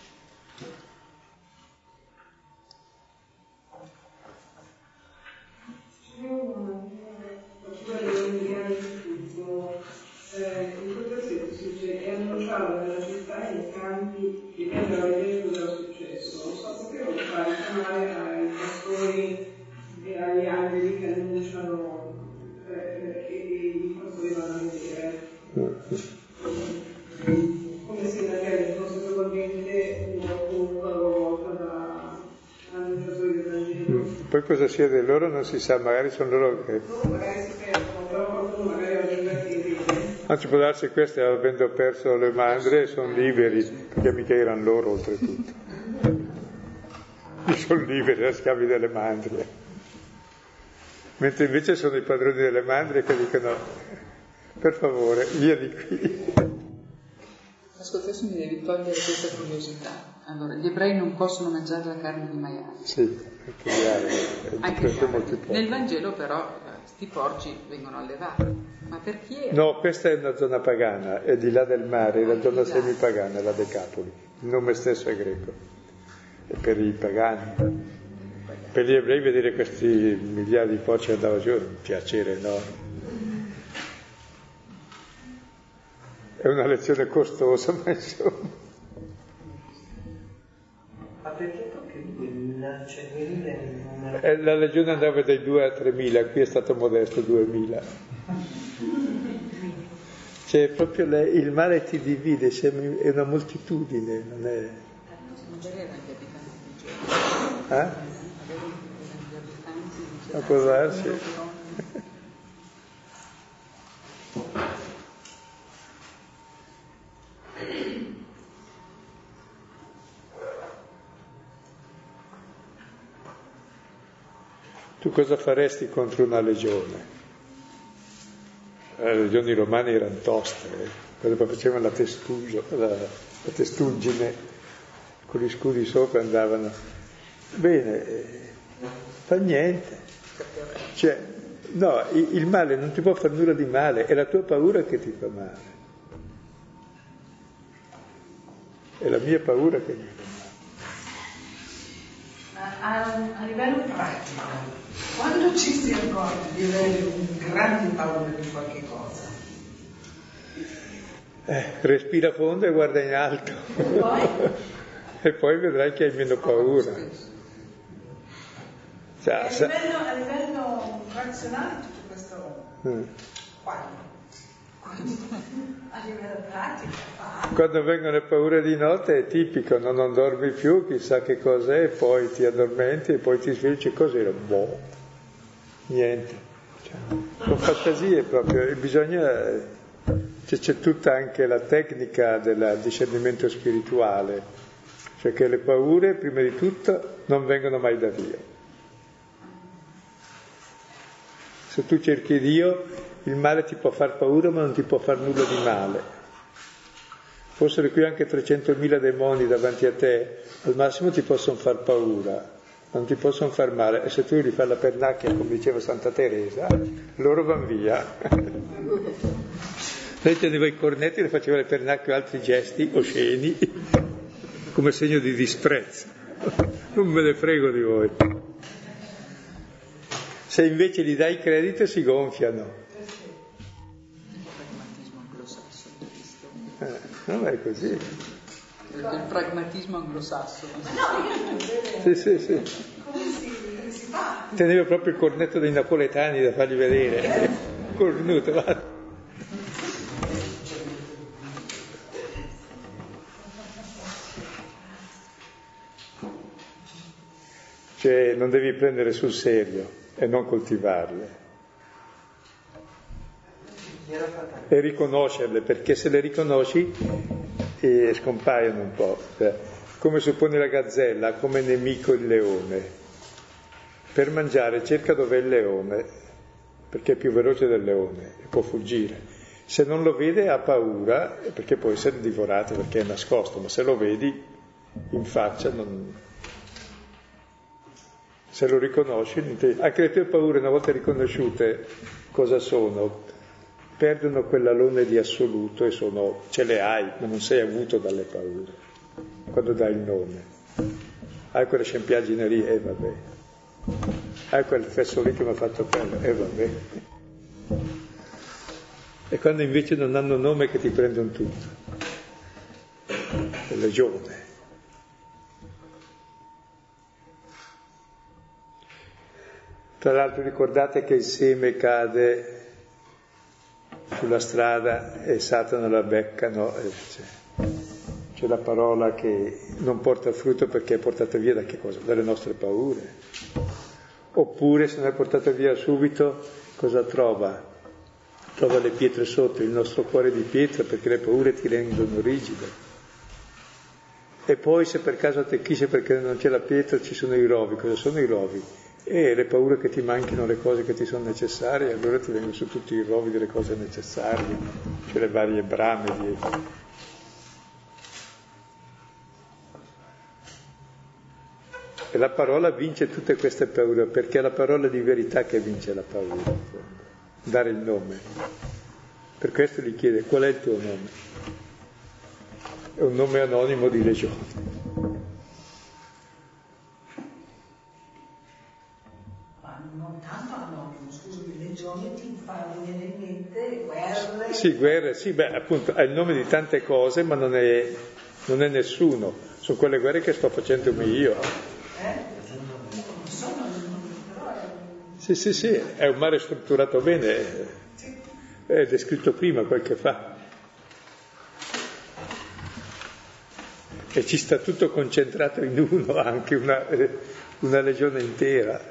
In questo senso si dice è annunciato nella città e nei campi che vennero a vedere cosa era successo. Non so, potevano fare chiamare ai pastori e agli angeli che annunciano che i pastori vanno a vedere. Come se magari fosse probabilmente qualcuno alla volta da annunciatori del Vangelo. Poi cosa sia di loro non si sa, magari sono loro che... Magari si perdono, però qualcuno magari aveva che vede. Anzi, può darsi che questi, avendo perso le mandrie, sono liberi, perché mica erano loro oltretutto. Sono liberi, da schiavi delle mandrie. Mentre invece sono i padroni delle mandrie che dicono, per favore, via di qui. Ascolta, adesso mi devi togliere questa curiosità. Allora, gli ebrei non possono mangiare la carne di maiale. Sì, anche gli altri. Nel Vangelo però questi porci vengono allevati. Ma perché? No, questa è una zona pagana, è di là del mare, è la zona semipagana, la Decapoli. Il nome stesso è greco, è per i pagani. per gli ebrei vedere questi migliaia di porci che andavano giù è un piacere enorme. È una lezione costosa, ma insomma. Ma perché proprio 2000? Cioè 2000 è il numero? La legione andava dai 2 a 3.000, qui è stato modesto 2.000. Cioè proprio il mare ti divide, è una moltitudine, non è... A può darsi. Tu cosa faresti contro una legione? Le legioni romane erano toste, quando facevano la testuggine, con gli scudi sopra andavano. Bene, fa niente. Cioè, no, il male non ti può fare nulla di male, è la tua paura che ti fa male. È la mia paura che mi fa male. A livello pratico, quando ci si accorge di avere un grande paura di qualche cosa? Respira fondo e guarda in alto. E poi vedrai che hai meno paura. Cioè, a livello razionale tutto questo quando? A livello pratico quando vengono le paure di notte è tipico, non dormi più, chissà che cos'è, poi ti addormenti e poi ti svegli, cos'era? Boh, niente, con fantasie proprio, bisogna, c'è tutta anche la tecnica del discernimento spirituale, cioè che le paure prima di tutto non vengono mai da Dio. Se tu cerchi Dio, il male ti può far paura ma non ti può far nulla di male. Fossero qui anche 300.000 demoni davanti a te, al massimo ti possono far paura, non ti possono far male. E se tu gli fai la pernacchia, come diceva Santa Teresa, loro vanno via. Lei teneva i cornetti e le faceva le pernacchie o altri gesti osceni, come segno di disprezzo. Non me ne frego di voi. Se invece gli dai credito si gonfiano. Non è così. Il pragmatismo anglosassone. Sì. Come si fa? Tenevo proprio il cornetto dei napoletani da fargli vedere. Cornuto, va. Cioè non devi prendere sul serio e non coltivarle. E riconoscerle, perché se le riconosci scompaiono un po'. Come suppone la gazzella, come nemico il leone. Per mangiare cerca dov'è il leone, perché è più veloce del leone e può fuggire. Se non lo vede ha paura, perché può essere divorato perché è nascosto, ma se lo vedi in faccia non... Se lo riconosci, anche le tue paure una volta riconosciute cosa sono? Perdono quell'alone di assoluto e ce le hai, ma non sei avuto dalle paure, quando dai il nome. Hai quella scempiagineria, vabbè. Hai quel fesso lì che mi ha fatto quello, vabbè. E quando invece non hanno nome che ti prendono tutto. È legione. Tra l'altro ricordate che il seme cade sulla strada e Satana la beccano, c'è la parola che non porta frutto perché è portata via da che cosa? Dalle nostre paure. Oppure se non è portata via subito, cosa trova? Trova le pietre sotto, il nostro cuore di pietra, perché le paure ti rendono rigido. E poi se per caso attecchisce perché non c'è la pietra, ci sono i rovi. Cosa sono i rovi? E le paure che ti manchino le cose che ti sono necessarie, allora ti vengono su tutti i rovi delle cose necessarie, cioè le varie brame dietro. E la parola vince tutte queste paure, perché è la parola di verità che vince la paura, dare il nome. Per questo gli chiede: qual è il tuo nome? È un nome anonimo di legione. Sì, guerre, sì, beh, appunto, è il nome di tante cose, ma non è nessuno. Sono quelle guerre che sto facendomi io. Sì, è un mare strutturato bene, è descritto prima quel che fa. E ci sta tutto concentrato in uno, anche una legione intera.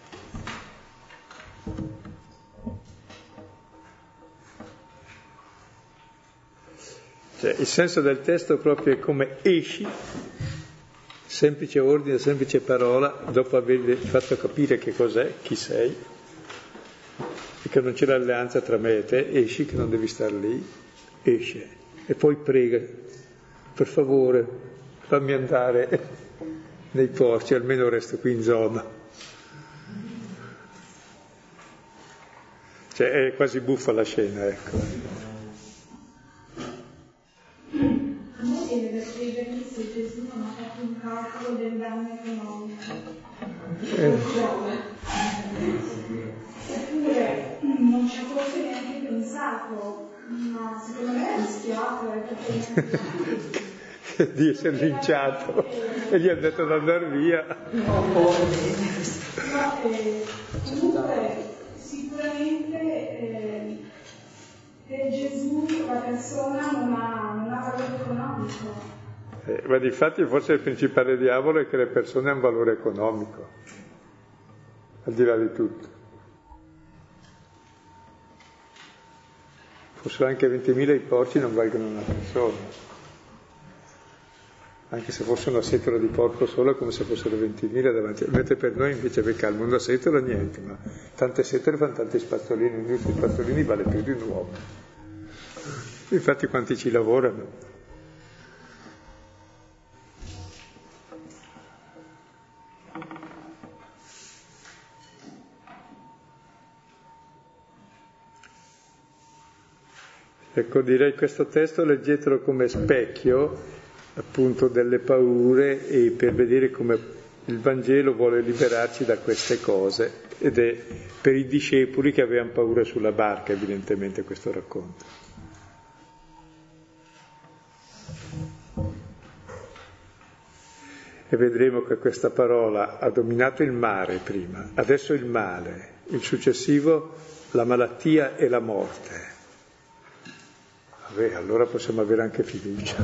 Cioè, il senso del testo proprio è come esci, semplice ordine, semplice parola, dopo avergli fatto capire che cos'è, chi sei, e che non c'è l'alleanza tra me e te, esci, che non devi star lì, esce, e poi prega, per favore, fammi andare nei porti, almeno resto qui in zona. Cioè, è quasi buffa la scena, ecco. Se Gesù non ha fatto un calcolo del danno economico, eppure non ci ha forse neanche pensato, ma secondo me ha rischiato perché di essere linciato e gli ha detto di andare via. Comunque sicuramente per Gesù la persona non ha valore economico. Ma difatti forse il principale diavolo è che le persone hanno valore economico, al di là di tutto. Fossero anche 20.000 i porci non valgono una persona, anche se fosse una setola di porco solo è come se fossero 20.000 davanti. Mentre per noi invece calmo una setola niente, ma tante setole fanno tanti spazzolini, ognuno dei spazzolini vale più di un uomo. Infatti quanti ci lavorano. Ecco, direi questo testo leggetelo come specchio appunto delle paure e per vedere come il Vangelo vuole liberarci da queste cose, ed è per i discepoli che avevano paura sulla barca evidentemente questo racconto. E vedremo che questa parola ha dominato il mare prima, adesso il male, il successivo la malattia e la morte. Vabbè, allora possiamo avere anche fiducia.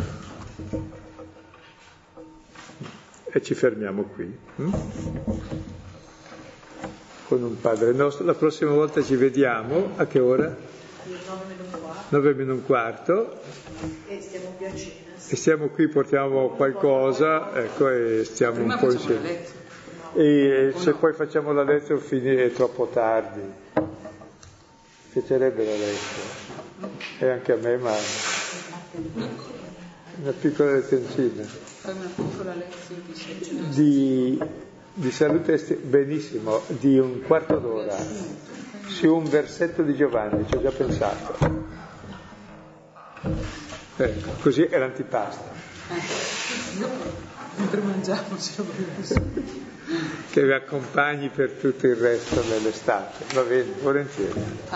E ci fermiamo qui. Con un Padre Nostro. La prossima volta ci vediamo. A che ora? 9:15. E stiamo qui a cena. E stiamo qui, portiamo qualcosa, ecco, e stiamo prima un po' facciamo insieme. la lezione. E se poi facciamo la lezione è troppo tardi. Piacerebbe la lezione. E anche a me, ma una piccola lezioncina. Fai una piccola lezione Di salute, benissimo, di un quarto d'ora, su un versetto di Giovanni, ci ho già pensato. Ecco, così è l'antipasto. Mentre mangiamo ce lo vogliamo. Che vi accompagni per tutto il resto dell'estate. Va bene, volentieri.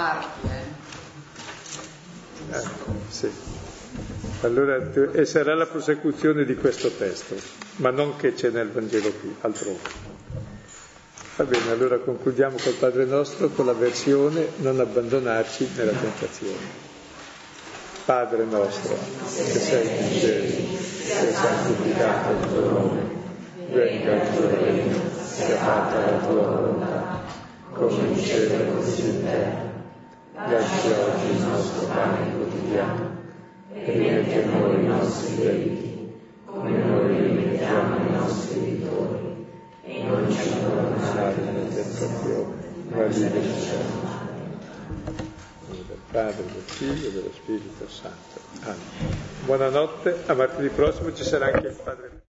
Sì. Allora, e sarà la prosecuzione di questo testo, ma non che c'è nel Vangelo qui, altrove. Va bene, allora concludiamo col Padre Nostro con la versione non abbandonarci nella tentazione. Padre nostro, che sei nei cieli, sia santificato il tuo nome, venga il tuo regno, sia fatta la tua volontà, come in cielo e così in terra. Dacci oggi il nostro pane quotidiano e rimetti a noi i nostri debiti, come noi rimettiamo ai nostri debitori, e non ci abbandonare nella tentazione, ma liberaci dal male. Del Padre, del Figlio e dello Spirito Santo. Amen. Buonanotte, a martedì prossimo ci sarà anche il Padre.